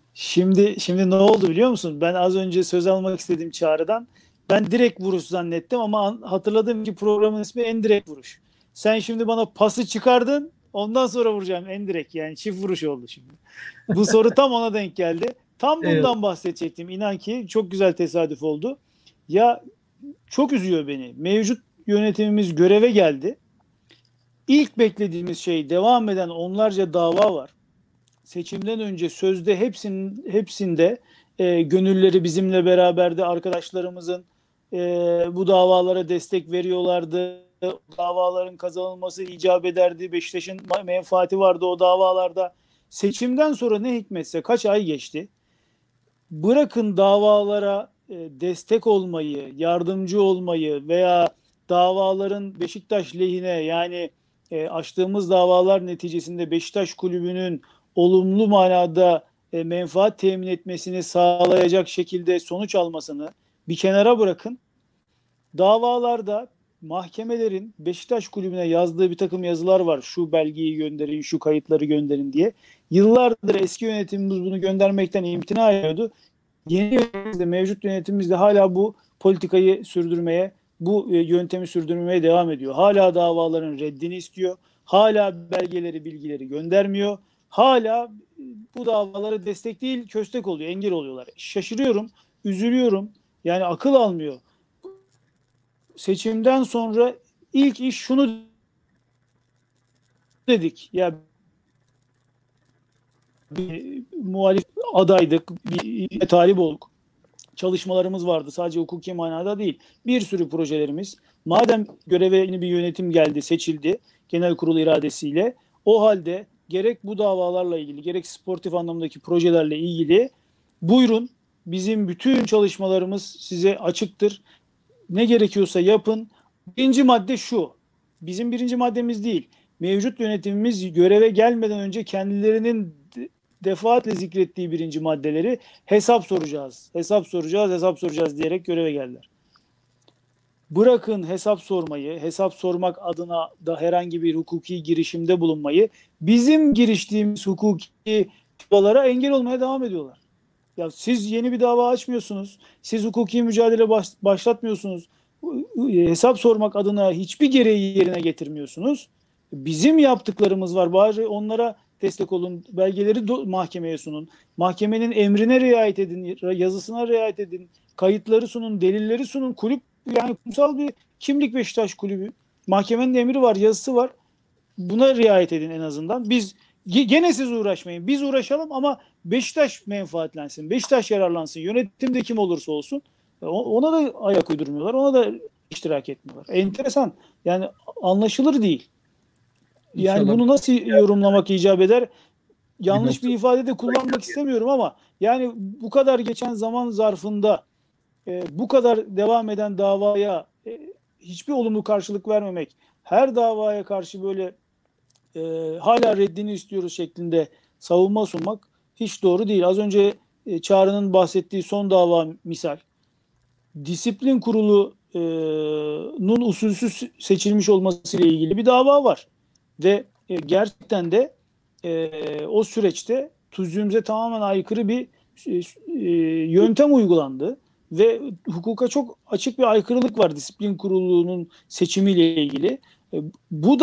Şimdi ne oldu biliyor musun? Ben az önce söz almak istediğim Çağrı'dan. Ben direkt vuruş zannettim ama hatırladım ki programın ismi en direkt vuruş. Sen şimdi bana pası çıkardın. Ondan sonra vuracağım en direkt. Yani çift vuruş oldu şimdi. Bu soru tam ona denk geldi. Tam bundan Evet. bahsedecektim. İnan ki çok güzel tesadüf oldu. Ya çok üzüyor beni. Mevcut yönetimimiz göreve geldi. İlk beklediğimiz şey devam eden onlarca dava var. Seçimden önce sözde hepsinde gönülleri bizimle beraberdi. Arkadaşlarımızın bu davalara destek veriyorlardı. Davaların kazanılması icap ederdi. Beşiktaş'ın menfaati vardı o davalarda. Seçimden sonra ne hikmetse kaç ay geçti. Bırakın davalara destek olmayı, yardımcı olmayı veya davaların Beşiktaş lehine yani açtığımız davalar neticesinde Beşiktaş kulübünün olumlu manada menfaat temin etmesini sağlayacak şekilde sonuç almasını bir kenara bırakın. Davalarda mahkemelerin Beşiktaş kulübüne yazdığı bir takım yazılar var. Şu belgeyi gönderin, şu kayıtları gönderin diye. Yıllardır eski yönetimimiz bunu göndermekten imtina ediyordu. Yeni yönetimimizde, mevcut yönetimimizde hala bu politikayı sürdürmeye, bu yöntemi sürdürmeye devam ediyor. Hala davaların reddini istiyor. Hala belgeleri, bilgileri göndermiyor. Hala bu davalara destek değil, köstek oluyor, engel oluyorlar. Şaşırıyorum, üzülüyorum. Yani akıl almıyor. Seçimden sonra ilk iş şunu dedik. Ya bir muhalif adaydık, bir talip olduk. Çalışmalarımız vardı. Sadece hukuki manada değil. Bir sürü projelerimiz. Madem göreve yeni bir yönetim geldi, seçildi genel kurul iradesiyle. O halde gerek bu davalarla ilgili, gerek sportif anlamdaki projelerle ilgili buyurun, bizim bütün çalışmalarımız size açıktır. Ne gerekiyorsa yapın. Birinci madde şu. Bizim birinci maddemiz değil. Mevcut yönetimimiz göreve gelmeden önce kendilerinin defaatle zikrettiği birinci maddeleri hesap soracağız. Hesap soracağız, hesap soracağız diyerek göreve geldiler. Bırakın hesap sormayı, hesap sormak adına da herhangi bir hukuki girişimde bulunmayı, bizim giriştiğimiz hukuki çabalara engel olmaya devam ediyorlar. Ya siz yeni bir dava açmıyorsunuz, siz hukuki mücadele başlatmıyorsunuz, hesap sormak adına hiçbir gereği yerine getirmiyorsunuz. Bizim yaptıklarımız var, bari onlara destek olun, belgeleri mahkemeye sunun, mahkemenin emrine riayet edin, yazısına riayet edin, kayıtları sunun, delilleri sunun. Kulüp yani kurumsal bir kimlik, Beşiktaş kulübü. Mahkemenin emri var, yazısı var. Buna riayet edin en azından. Biz gene siz uğraşmayın. Biz uğraşalım ama Beşiktaş menfaatlensin. Beşiktaş yararlansın. Yönetimde kim olursa olsun. Ona da ayak uydurmuyorlar. Ona da iştirak etmiyorlar. Enteresan. Yani anlaşılır değil. Yani İnşallah. bunu nasıl yorumlamak icap eder? Yanlış bir ifade de kullanmak istemiyorum ama yani bu kadar geçen zaman zarfında bu kadar devam eden davaya hiçbir olumlu karşılık vermemek, her davaya karşı böyle hala reddini istiyoruz şeklinde savunma sunmak hiç doğru değil. Az önce Çağrı'nın bahsettiği son dava misal. Disiplin kurulunun usulsüz seçilmiş olmasıyla ilgili bir dava var. Ve gerçekten de o süreçte tüzüğümüze tamamen aykırı bir yöntem uygulandı. Ve hukuka çok açık bir aykırılık var disiplin kurulunun seçimiyle ilgili. Bu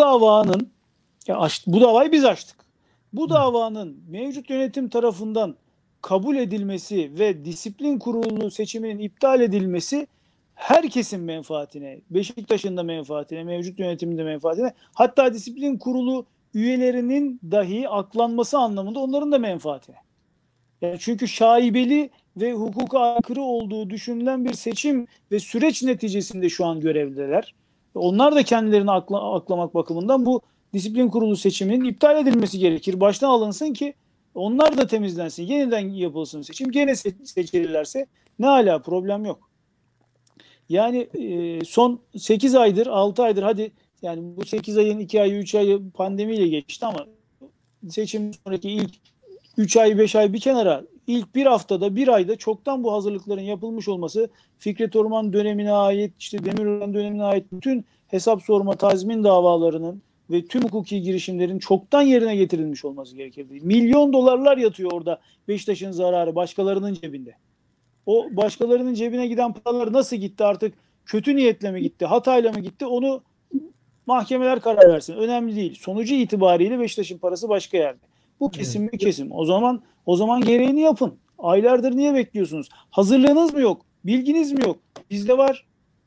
davayı biz açtık. Bu davanın mevcut yönetim tarafından kabul edilmesi ve disiplin kurulu seçiminin iptal edilmesi herkesin menfaatine, Beşiktaş'ın da menfaatine, mevcut yönetimin de menfaatine, hatta disiplin kurulu üyelerinin dahi aklanması anlamında onların da menfaatine. Yani çünkü şaibeli ve hukuka aykırı olduğu düşünülen bir seçim ve süreç neticesinde şu an görevliler. Onlar da kendilerini aklamak bakımından bu disiplin kurulu seçiminin iptal edilmesi gerekir. Baştan alınsın ki onlar da temizlensin. Yeniden yapılsın seçim. Gene seçilirlerse ne hala, problem yok. Yani son 8 aydır, 6 aydır, hadi yani bu 8 ayın 2 ayı, 3 ayı pandemiyle geçti ama seçim sonraki ilk 3 ay, 5 ay bir kenara, ilk bir haftada, bir ayda çoktan bu hazırlıkların yapılmış olması, Fikret Orman dönemine ait, işte Demirören dönemine ait bütün hesap sorma, tazmin davalarının ve tüm hukuki girişimlerin çoktan yerine getirilmiş olması gerekirdi. Milyon dolarlar yatıyor orada Beşiktaş'ın zararı başkalarının cebinde. O başkalarının cebine giden paralar nasıl gitti artık? Kötü niyetle mi gitti? Hatayla mı gitti? Onu mahkemeler karar versin. Önemli değil. Sonucu itibariyle Beşiktaş'ın parası başka yerde. Bu kesim bir kesim. O zaman gereğini yapın. Aylardır niye bekliyorsunuz? Hazırlığınız mı yok? Bilginiz mi yok? Bizde var.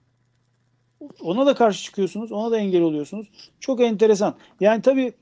Ona da karşı çıkıyorsunuz. Ona da engel oluyorsunuz. Çok enteresan. Yani tabii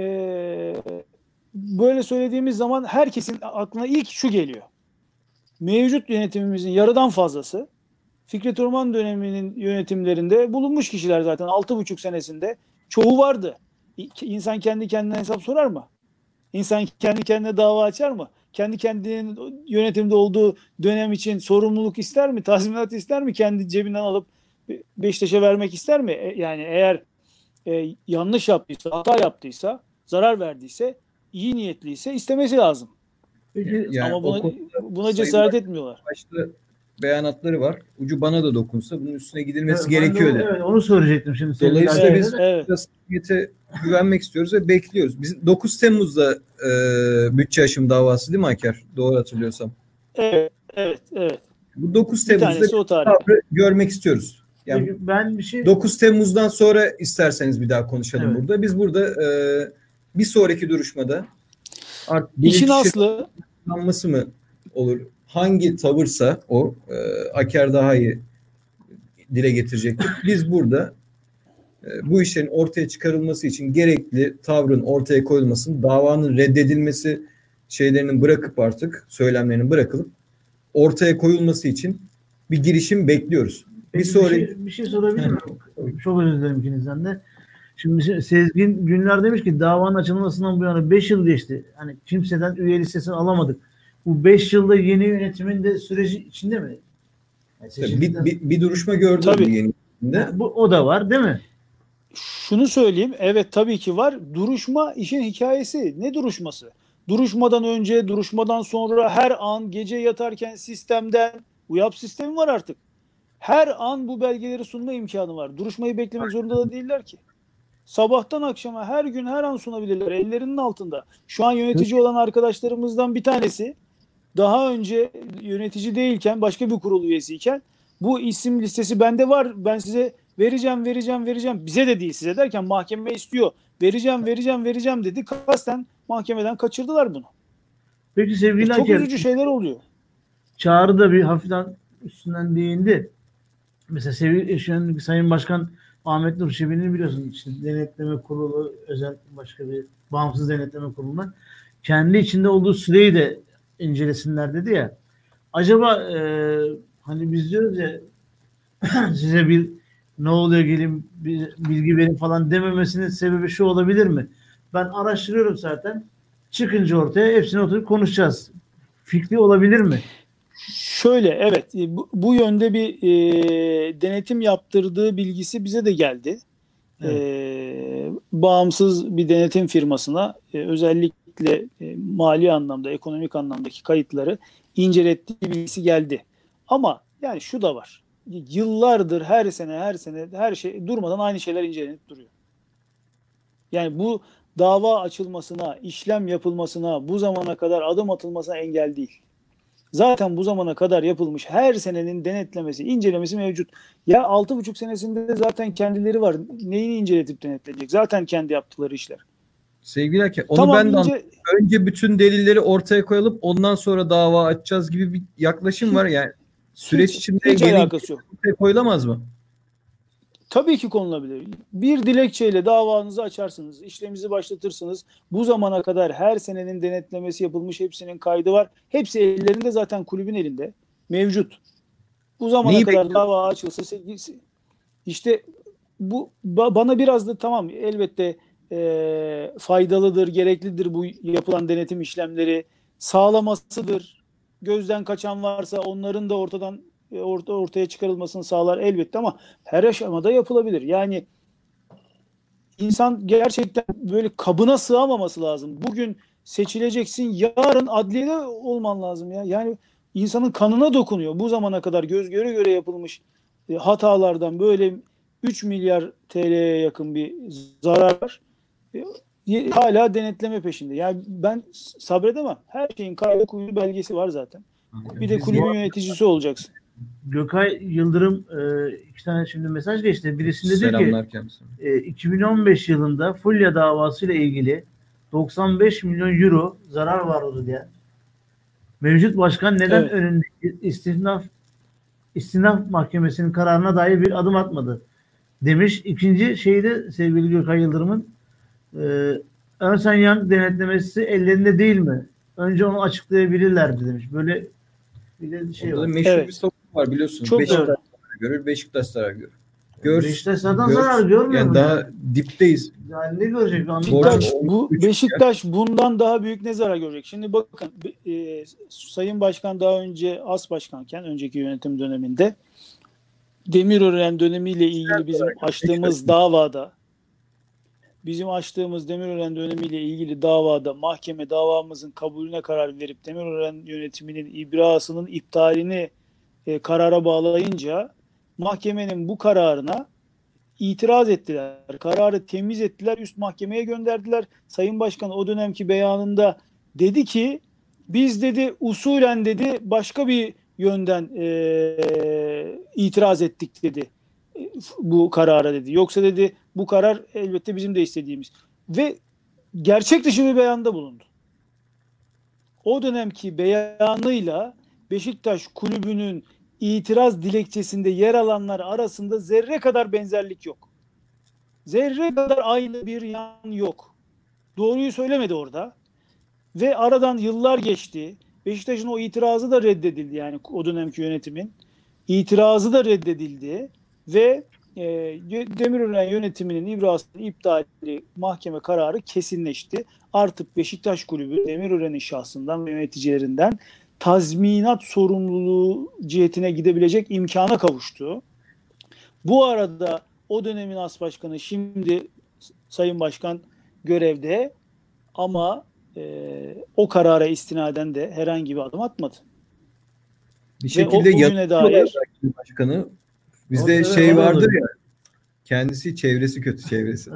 böyle söylediğimiz zaman herkesin aklına ilk şu geliyor. Mevcut yönetimimizin yarıdan fazlası Fikret Orman döneminin yönetimlerinde bulunmuş kişiler zaten 6,5 senesinde çoğu vardı. İnsan kendi kendine hesap sorar mı? İnsan kendi kendine dava açar mı? Kendi kendinin yönetimde olduğu dönem için sorumluluk ister mi? Tazminat ister mi? Kendi cebinden alıp Beşiktaş'a vermek ister mi? Yani eğer yanlış yaptıysa, hata yaptıysa, zarar verdiyse, iyi niyetliyse istemesi lazım. Yani ama buna cesaret etmiyorlar. Başta beyanatları var. Ucu bana da dokunsa bunun üstüne gidilmesi gerekiyor. Evet, onu soracaktım şimdi. Dolayısıyla biz güvenmek istiyoruz ve bekliyoruz. Biz 9 Temmuz'da bütçe aşımı davası değil mi Aker? Doğru hatırlıyorsam. Evet. Bu 9 Temmuz'da görmek istiyoruz. Yani ben 9 Temmuz'dan sonra isterseniz bir daha konuşalım burada. Biz burada bir sonraki duruşmada artık işin aslı kullanması mı olur? Hangi tavırsa o Aker daha iyi dile getirecektir. Biz burada bu işlerin ortaya çıkarılması için gerekli tavrın ortaya koyulmasını, davanın reddedilmesi şeylerinin bırakıp artık söylemlerinin bırakılıp ortaya koyulması için bir girişim bekliyoruz. Bir şey sorabilir miyim? Çok özür dilerim ikinizden de. Şimdi Sezgin Günler demiş ki davanın açılmasından bu yana 5 yıl geçti. Hani kimseden üye listesini alamadık. Bu 5 yılda yeni yönetimin de süreci içinde mi? Yani bir duruşma gördüm tabii. yeni. Bu o da var değil mi? Şunu söyleyeyim. Evet tabii ki var. Duruşma işin hikayesi. Ne duruşması? Duruşmadan önce, duruşmadan sonra her an gece yatarken sistemden UYAP sistemi var artık. Her an bu belgeleri sunma imkanı var. Duruşmayı beklemek zorunda da değiller ki. Sabahtan akşama her gün her an sunabilirler. Ellerinin altında. Şu an yönetici olan arkadaşlarımızdan bir tanesi daha önce yönetici değilken başka bir kurul üyesiyken bu isim listesi bende var. Ben size vereceğim. Bize de değil size derken mahkeme istiyor. Vereceğim dedi. Kasten mahkemeden kaçırdılar bunu. Peki sevgili Çok üzücü şeyler oluyor. Çağrı da bir hafiften üstünden değindi. Mesela sevgili Sayın Başkan Ahmet Nur Çebi'nin biliyorsun işte denetleme kurulu özel başka bir bağımsız denetleme kuruluna kendi içinde olduğu süreyi de incelesinler dedi ya. Acaba hani biz diyoruz ya size bir ne oluyor gelin bir bilgi verin falan dememesinin sebebi şu olabilir mi? Ben araştırıyorum zaten. Çıkınca ortaya hepsini oturup konuşacağız. Fikri olabilir mi? Şöyle evet bu yönde bir denetim yaptırdığı bilgisi bize de geldi. Evet. Bağımsız bir denetim firmasına özellikle mali anlamda, ekonomik anlamdaki kayıtları incelettiği bilgisi geldi. Ama yani şu da var. Yıllardır her sene her şey durmadan aynı şeyler incelenip duruyor. Yani bu dava açılmasına, işlem yapılmasına, bu zamana kadar adım atılmasına engel değil. Zaten bu zamana kadar yapılmış her senenin denetlemesi, incelemesi mevcut. Ya 6,5 senesinde de zaten kendileri var. Neyini inceletip denetleyecek? Zaten kendi yaptıkları işler. Sevgili Hakem, onu tamam, ben de önce bütün delilleri ortaya koyalım, ondan sonra dava açacağız gibi bir yaklaşım var. Yani süreç içinde hiç alakası yok. Koyulamaz mı? Tabii ki konulabilir. Bir dilekçeyle davanızı açarsınız, işleminizi başlatırsınız. Bu zamana kadar her senenin denetlemesi yapılmış, hepsinin kaydı var. Hepsi ellerinde zaten kulübün elinde. Mevcut. Bu zamana kadar dava açılsa işte bu bana biraz da tamam elbette faydalıdır, gereklidir bu yapılan denetim işlemleri. Sağlamasıdır. Gözden kaçan varsa onların da ortaya çıkarılmasını sağlar elbette ama her aşamada yapılabilir. Yani insan gerçekten böyle kabına sığamaması lazım. Bugün seçileceksin, yarın adliyede olman lazım ya. Yani insanın kanına dokunuyor. Bu zamana kadar göz göre göre yapılmış hatalardan böyle 3 milyar TL'ye yakın bir zarar var. Hala denetleme peşinde. Yani ben sabredemem. Her şeyin kaydı kuydu belgesi var zaten. Bir de kulübün yöneticisi olacaksın. Gökay Yıldırım 2 tane şimdi mesaj geçti. Birisinde diyor ki 2015 yılında Fulya davası ile ilgili 95 milyon euro zarar vardı diye. Mevcut başkan neden önündeki istinaf mahkemesinin kararına dair bir adım atmadı demiş. İkinci şeyde sevgili Gökay Yıldırım'ın Ernst Young denetlemesi ellerinde değil mi? Önce onu açıklayabilirlerdi demiş. Böyle bir de şey var. Meşhur bir savunma var biliyorsun. Çok Beşiktaş zarar görür, Beşiktaş zarar görür. Beşiktaş'tan zarar görmüyor yani mu? Daha dipteyiz. Yani ne görecek? Beşiktaş bundan daha büyük ne zarar görecek? Şimdi bakın Sayın Başkan daha önce as başkanken önceki yönetim döneminde Demirören dönemiyle ilgili bizim açtığımız Demirören dönemiyle ilgili davada mahkeme davamızın kabulüne karar verip Demirören yönetiminin ibrasının iptalini karara bağlayınca mahkemenin bu kararına itiraz ettiler. Kararı temiz ettiler. Üst mahkemeye gönderdiler. Sayın Başkan o dönemki beyanında dedi ki biz dedi usulen dedi başka bir yönden itiraz ettik dedi. Bu karara dedi. Yoksa dedi bu karar elbette bizim de istediğimiz. Ve gerçek dışı bir beyanda bulundu. O dönemki beyanıyla Beşiktaş kulübünün itiraz dilekçesinde yer alanlar arasında zerre kadar benzerlik yok. Zerre kadar aynı bir yan yok. Doğruyu söylemedi orada. Ve aradan yıllar geçti. Beşiktaş'ın o itirazı da reddedildi. Yani o dönemki yönetimin itirazı da reddedildi. Ve Demirören yönetiminin ibrasının iptali mahkeme kararı kesinleşti. Artık Beşiktaş Kulübü Demirören'in şahsından ve yöneticilerinden tazminat sorumluluğu cihetine gidebilecek imkana kavuştu. Bu arada o dönemin as başkanı, şimdi Sayın Başkan görevde, ama o karara istinaden de herhangi bir adım atmadı. Bir şekilde bugüne dair başkanı bizde vardır ya, kendisi çevresi kötü çevresi.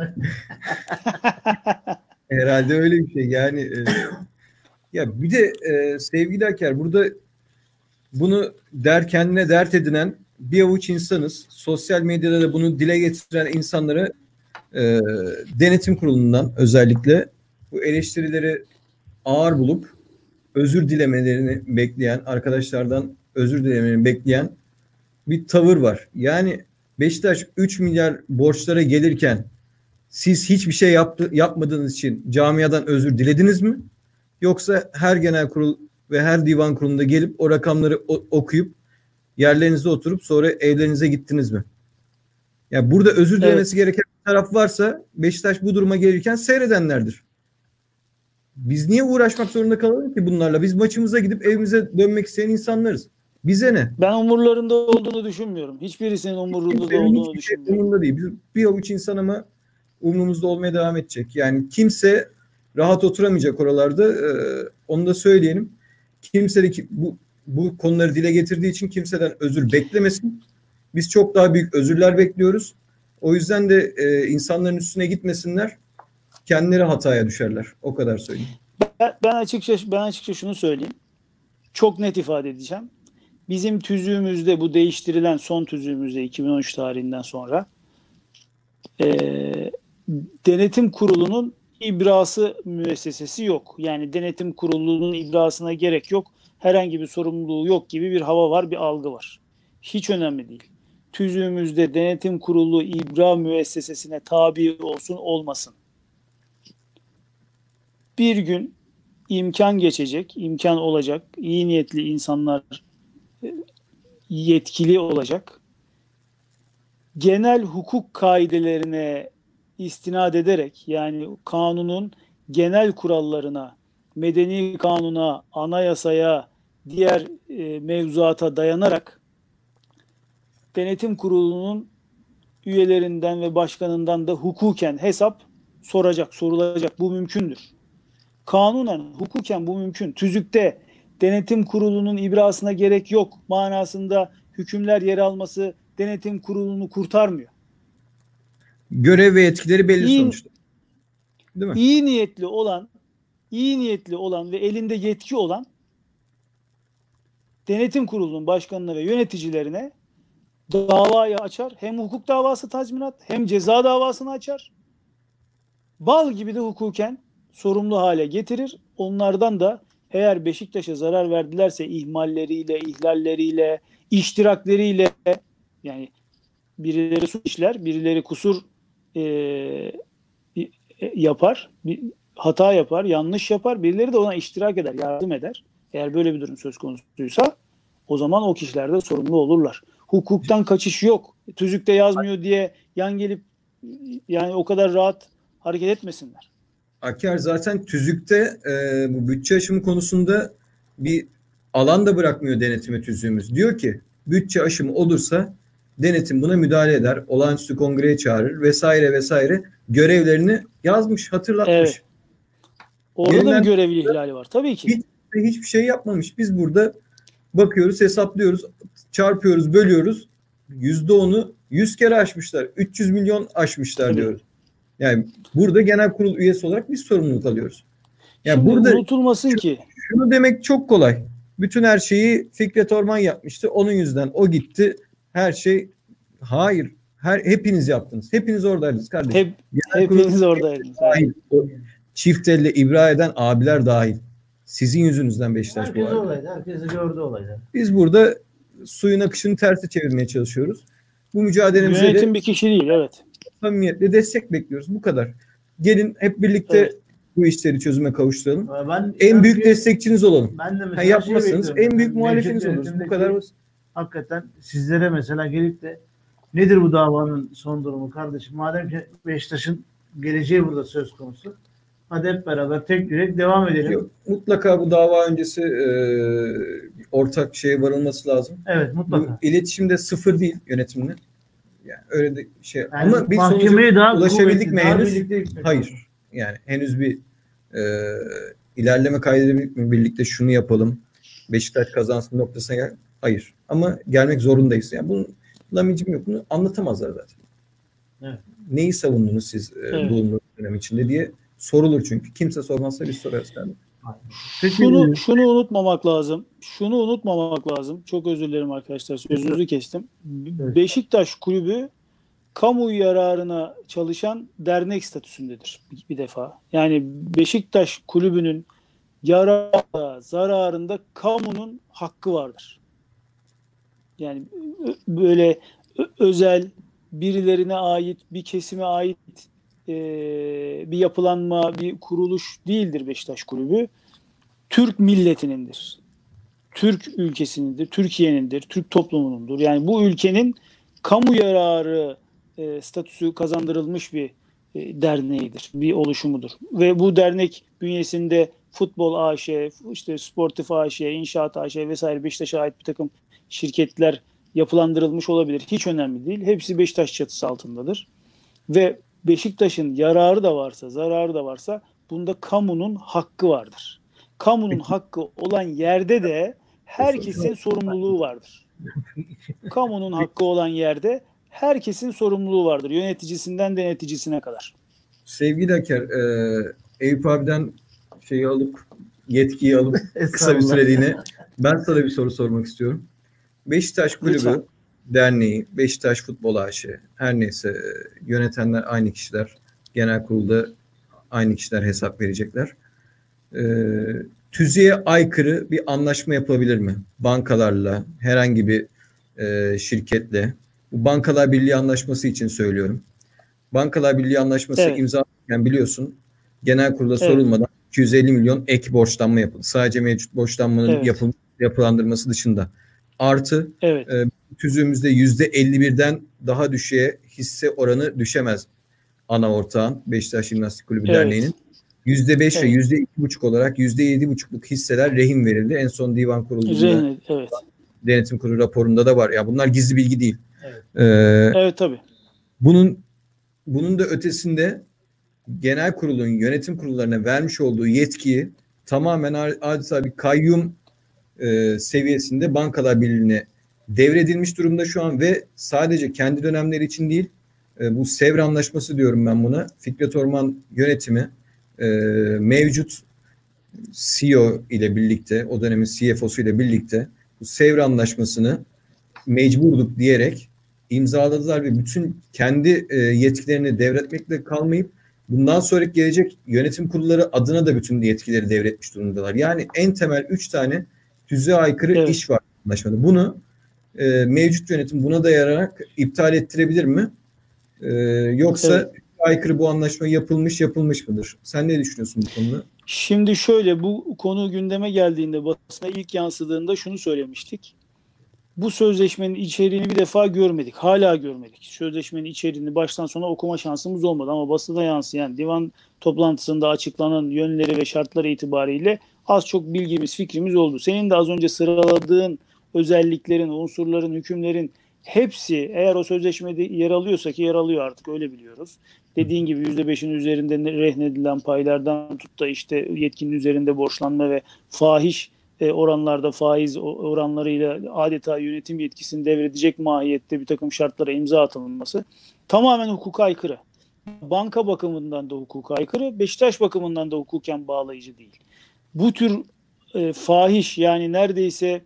Herhalde öyle bir şey yani. Ya bir de sevgili Aker, burada bunu kendine dert edinen bir avuç insanız. Sosyal medyada da bunu dile getiren insanlara denetim kurulundan özellikle bu eleştirileri ağır bulup özür dilemelerini bekleyen arkadaşlardan özür dilemelerini bekleyen bir tavır var. Yani Beşiktaş 3 milyar borçlara gelirken siz hiçbir şey yapmadığınız için camiadan özür dilediniz mi? Yoksa her genel kurul ve her divan kurulunda gelip o rakamları okuyup yerlerinize oturup sonra evlerinize gittiniz mi? Yani burada özür dilemesi gereken bir taraf varsa Beşiktaş bu duruma gelirken seyredenlerdir. Biz niye uğraşmak zorunda kalalım ki bunlarla? Biz maçımıza gidip evimize dönmek isteyen insanlarız. Bize ne? Ben umurlarında olduğunu düşünmüyorum. Hiçbirisinin umurunda olduğunu düşünmüyorum. Umurunda değil. Biz bir avuç insan ama umurumuzda olmaya devam edecek. Yani kimse rahat oturamayacak oralarda. Onu da söyleyelim. Kimse de bu konuları dile getirdiği için kimseden özür beklemesin. Biz çok daha büyük özürler bekliyoruz. O yüzden de insanların üstüne gitmesinler. Kendileri hataya düşerler. O kadar söyleyeyim. Ben açıkça şunu söyleyeyim. Çok net ifade edeceğim. Bizim tüzüğümüzde, bu değiştirilen son tüzüğümüzde 2013 tarihinden sonra denetim kurulunun ibrası müessesesi yok. Yani denetim kurulunun ibrasına gerek yok. Herhangi bir sorumluluğu yok gibi bir hava var, bir algı var. Hiç önemli değil. Tüzüğümüzde denetim kurulu ibra müessesesine tabi olsun olmasın. Bir gün imkan geçecek, imkan olacak, iyi niyetli insanlar yetkili olacak. Genel hukuk kaidelerine istinad ederek, yani kanunun genel kurallarına, medeni kanuna, anayasaya, diğer mevzuata dayanarak denetim kurulunun üyelerinden ve başkanından da hukuken hesap sorulacak. Bu mümkündür. Kanunen, hukuken bu mümkün. Tüzükte denetim kurulunun ibrasına gerek yok manasında hükümler yer alması denetim kurulunu kurtarmıyor. Görev ve yetkileri belli sonuçta. Değil mi? İyi niyetli olan ve elinde yetki olan denetim kurulunun başkanına ve yöneticilerine davayı açar. Hem hukuk davası tazminat hem ceza davasını açar. Bal gibi de hukuken sorumlu hale getirir. Onlardan da eğer Beşiktaş'a zarar verdilerse ihmalleriyle, ihlalleriyle, iştirakleriyle, yani birileri suç işler, birileri kusur yapar, hata yapar, yanlış yapar, birileri de ona iştirak eder, yardım eder. Eğer böyle bir durum söz konusuysa o zaman o kişiler de sorumlu olurlar. Hukuktan kaçış yok. Tüzükte yazmıyor diye yan gelip yani o kadar rahat hareket etmesinler. Aker zaten tüzükte bu bütçe aşımı konusunda bir alan da bırakmıyor denetime tüzüğümüz. Diyor ki bütçe aşımı olursa denetim buna müdahale eder. Olağanüstü kongreye çağırır vesaire vesaire. Görevlerini yazmış, hatırlatmış. Evet. Orada da bir görevli ihlali var. Tabii ki. Hiçbir şey yapmamış. Biz burada bakıyoruz, hesaplıyoruz, çarpıyoruz, bölüyoruz. %10'u 100 kere aşmışlar. 300 milyon aşmışlar diyoruz. Yani burada genel kurul üyesi olarak biz sorumluluk alıyoruz. Yani şimdi burada unutulmasın ki. Şunu demek çok kolay. Bütün her şeyi Fikret Orman yapmıştı. Onun yüzünden o gitti. Her şey hayır. Hepiniz yaptınız. Hepiniz oradaydınız kardeşim. Hepiniz oradaydınız. Dahil. Çift elle ibra eden abiler dahil. Sizin yüzünüzden Beşiktaş bu arada. Herkes gördü olayları. Biz burada suyun akışını tersi çevirmeye çalışıyoruz. Bu mücadelemize yönetim bir kişi değil, evet. Samimiyetle destek bekliyoruz. Bu kadar. Gelin hep birlikte bu işleri çözüme kavuşturalım. En büyük destekçiniz olalım. Ben de mesela yapmazsanız en büyük muhalefetiniz oluruz. Bu kadar. Hakikaten sizlere mesela gelip de Nedir bu davanın son durumu kardeşim? Madem ki Beşiktaş'ın geleceği burada söz konusu. Hadi hep beraber tek yürek devam edelim. Yok, mutlaka bu dava öncesi ortak şeye varılması lazım. Evet, mutlaka. Bu iletişimde sıfır değil yönetimle. Yani öyle de şey. Yani ama bir mahkemeye sonuca daha ulaşabildik mi henüz? birlikte gitmek Hayır. lazım. Yani henüz bir ilerleme kaydedebildik mi? Birlikte şunu yapalım. Beşiktaş kazansın noktasına gel. Hayır. Ama gelmek zorundayız. Yani bunun lamicim yok. Bunu anlatamazlar zaten. Evet. Neyi savundunuz siz bulunduğunuz dönem içinde diye sorulur çünkü. Kimse sormazsa biz sorarız. Yani. Şunu unutmamak lazım. Şunu unutmamak lazım. Çok özür dilerim arkadaşlar. Sözünüzü kestim. Evet. Beşiktaş kulübü kamu yararına çalışan dernek statüsündedir bir defa. Yani Beşiktaş kulübünün yararında, zararında kamunun hakkı vardır. Yani böyle özel, birilerine ait, bir kesime ait bir yapılanma, bir kuruluş değildir Beşiktaş kulübü. Türk milletinindir. Türk ülkesinindir, Türkiye'nindir, Türk toplumunundur. Yani bu ülkenin kamu yararı statüsü kazandırılmış bir derneğidir, bir oluşumudur. Ve bu dernek bünyesinde Futbol AŞ, işte Sportif AŞ, İnşaat AŞ vesaire Beşiktaş'a ait bir takım şirketler yapılandırılmış olabilir. Hiç önemli değil. Hepsi Beşiktaş çatısı altındadır. Ve Beşiktaş'ın yararı da varsa, zararı da varsa bunda kamunun hakkı vardır. Kamunun hakkı olan yerde de herkesin sorumluluğu vardır. Kamunun hakkı olan yerde herkesin sorumluluğu vardır. Yöneticisinden denetçisine kadar. Sevgili Aker, Eyüp abiden yetkiyi alıp kısa bir süreliğine ben sana bir soru sormak istiyorum. Beşiktaş Kulübü Lütfen. Derneği, Beşiktaş Futbol AŞ, her neyse yönetenler aynı kişiler, genel kurulda aynı kişiler hesap verecekler. Tüzüğe aykırı bir anlaşma yapılabilir mi? Bankalarla, herhangi bir şirketle. Bu Bankalar Birliği Anlaşması için söylüyorum. Yapılanlar Birliği Anlaşması imzalanırken biliyorsun genel kurula sorulmadan 250 milyon ek borçlanma yapıldı. Sadece mevcut borçlanmanın yapılandırması dışında. Artı tüzüğümüzde %51'den daha düşüğe hisse oranı düşemez ana ortağın Beşiktaş Jimnastik Kulübü Derneği'nin. %5 ve %2,5 olarak %7,5'luk hisseler rehin verildi. En son divan kurulunda denetim kurulu raporunda da var. Ya bunlar gizli bilgi değil. Evet tabii. Bunun da ötesinde genel kurulun yönetim kurullarına vermiş olduğu yetkiyi tamamen adeta bir kayyum seviyesinde Bankalar Birliği'ne devredilmiş durumda şu an ve sadece kendi dönemleri için değil bu Sevr Anlaşması diyorum ben buna. Fikret Orman yönetimi mevcut CEO ile birlikte o dönemin CFO'su ile birlikte bu Sevr Anlaşması'nı mecburduk diyerek imzaladılar ve bütün kendi yetkilerini devretmekle kalmayıp bundan sonraki gelecek yönetim kurulları adına da bütün yetkileri devretmiş durumdalar. Yani en temel 3 tane tüzüğe aykırı iş var anlaşmada. Bunu mevcut yönetim buna dayanarak iptal ettirebilir mi? Yoksa aykırı bu anlaşma yapılmış mıdır? Sen ne düşünüyorsun bu konuda? Şimdi şöyle, bu konu gündeme geldiğinde, basına ilk yansıdığında şunu söylemiştik. Bu sözleşmenin içeriğini bir defa görmedik. Hala görmedik. Sözleşmenin içeriğini baştan sona okuma şansımız olmadı. Ama basına yansıyan, divan toplantısında açıklanan yönleri ve şartları itibariyle az çok bilgimiz, fikrimiz oldu. Senin de az önce sıraladığın özelliklerin, unsurların, hükümlerin hepsi eğer o sözleşmede yer alıyorsa, ki yer alıyor artık, öyle biliyoruz. Dediğin gibi %5'in üzerinde rehnedilen paylardan tut da işte yetkinin üzerinde borçlanma ve fahiş oranlarda, faiz oranlarıyla adeta yönetim yetkisini devredecek mahiyette bir takım şartlara imza atılması tamamen hukuka aykırı. Banka bakımından da hukuka aykırı, Beşiktaş bakımından da hukuken bağlayıcı değil. Bu tür fahiş, yani neredeyse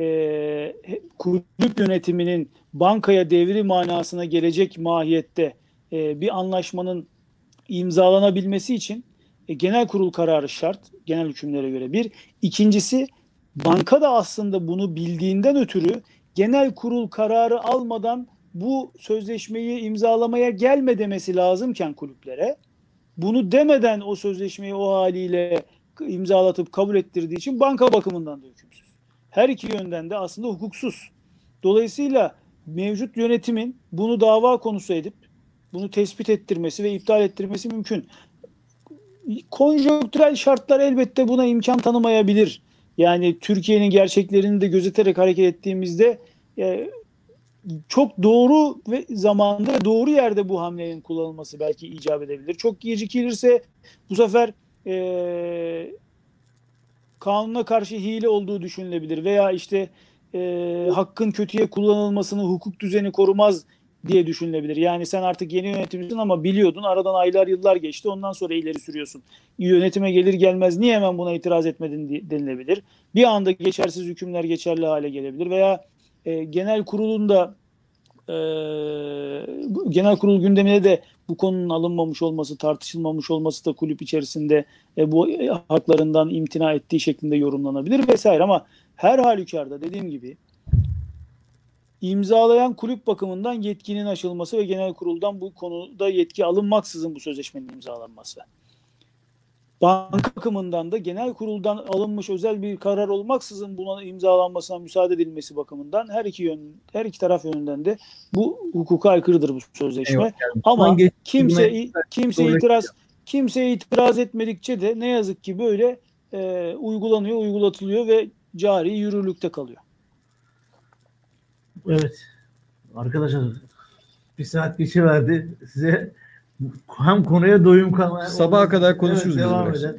kulüp yönetiminin bankaya devri manasına gelecek mahiyette bir anlaşmanın imzalanabilmesi için genel kurul kararı şart, genel hükümlere göre bir. İkincisi, banka da aslında bunu bildiğinden ötürü genel kurul kararı almadan bu sözleşmeyi imzalamaya gelme demesi lazımken kulüplere, bunu demeden o sözleşmeyi o haliyle imzalatıp kabul ettirdiği için banka bakımından da hükümsüz. Her iki yönden de aslında hukuksuz. Dolayısıyla mevcut yönetimin bunu dava konusu edip bunu tespit ettirmesi ve iptal ettirmesi mümkün. Konjonktürel şartlar elbette buna imkan tanımayabilir. Yani Türkiye'nin gerçeklerini de gözeterek hareket ettiğimizde çok doğru ve zamanda ve doğru yerde bu hamlenin kullanılması belki icap edebilir. Çok gecikilirse bu sefer kanuna karşı hile olduğu düşünülebilir veya işte hakkın kötüye kullanılmasını hukuk düzeni korumaz diye düşünülebilir. Yani sen artık yeni yönetimcisin ama biliyordun, aradan aylar yıllar geçti, ondan sonra ileri sürüyorsun. Yönetime gelir gelmez niye hemen buna itiraz etmedin denilebilir. Bir anda geçersiz hükümler geçerli hale gelebilir veya genel kurulun da genel kurul gündemine de bu konunun alınmamış olması, tartışılmamış olması da kulüp içerisinde bu haklarından imtina ettiği şeklinde yorumlanabilir vesaire. Ama her halükarda dediğim gibi imzalayan kulüp bakımından yetkinin aşılması ve genel kuruldan bu konuda yetki alınmaksızın bu sözleşmenin imzalanması. Banka bakımından da genel kuruldan alınmış özel bir karar olmaksızın buna imzalanmasına müsaade edilmesi bakımından her iki taraf yönünden de bu hukuka aykırıdır bu sözleşme. Evet, yani. Ama kimse itiraz etmedikçe de ne yazık ki böyle uygulatılıyor ve cari yürürlükte kalıyor. Evet. Arkadaşlar bir saat geçiverdi. Size hem konuya doyum kalmaya sabaha kadar konuşuruz. Evet, devam eder.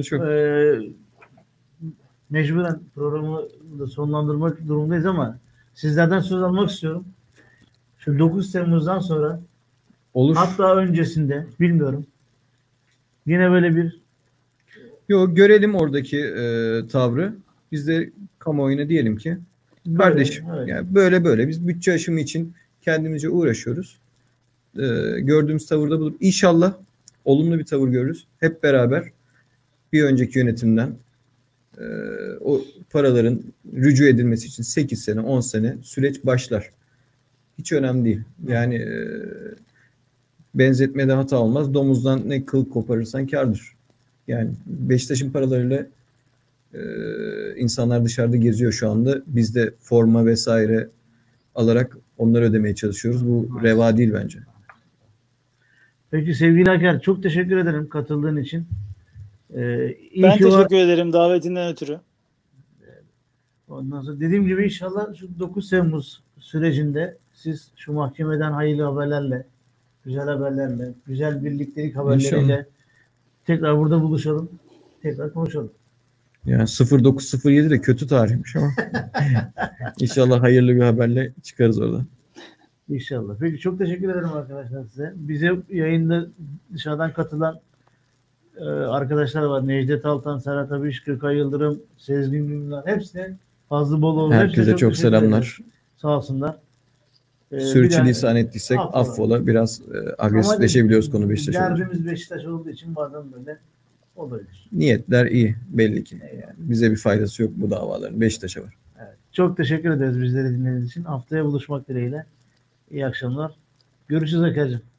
Mecburen programı da sonlandırmak durumundayız ama sizlerden söz almak istiyorum. Şu 9 Temmuz'dan sonra olur. Hatta öncesinde bilmiyorum. Yine böyle bir görelim oradaki tavrı. Biz de kamuoyuna diyelim ki kardeşim evet. Yani böyle biz bütçe aşımı için kendimizce uğraşıyoruz. Gördüğümüz tavırda budur. İnşallah olumlu bir tavır görürüz. Hep beraber bir önceki yönetimden o paraların rücu edilmesi için 8 sene, 10 sene süreç başlar. Hiç önemli değil. Yani benzetmede hata olmaz. Domuzdan ne kıl koparırsan kârdır. Yani Beşiktaş'ın paralarıyla insanlar dışarıda geziyor şu anda. Biz de forma vesaire alarak onları ödemeye çalışıyoruz. Bu reva değil bence. Peki sevgili Haker, çok teşekkür ederim katıldığın için. Ben teşekkür ederim davetinden ötürü. Ondan sonra dediğim gibi inşallah şu 9 Temmuz sürecinde siz şu mahkemeden hayırlı haberlerle, güzel haberlerle, güzel birliktelik haberleriyle İnşallah. Tekrar burada buluşalım. Tekrar konuşalım. Yani 0907 de kötü tarihmiş ama İnşallah hayırlı bir haberle çıkarız oradan. İnşallah. Peki çok teşekkür ederim arkadaşlar size. Bize yayında dışarıdan katılan arkadaşlar var. Necdet Altan, Serhat Abiş, Gökay Yıldırım, Sezgin Gümrüler. Hepsine fazla bol olsun. Herkese çok selamlar. Sağ olsunlar. Sürçülisan ettiysek affola. Biraz agresifleşebiliyoruz konu Beşiktaş. Derdimiz Beşiktaş olduğu için bazen böyle olabilir. Niyetler iyi belli ki. Yani bize bir faydası yok bu davaların. Beşiktaş'a var. Evet. Çok teşekkür ederiz bizleri dinlediğiniz için. Haftaya buluşmak dileğiyle. İyi akşamlar. Görüşürüz Haker'cim.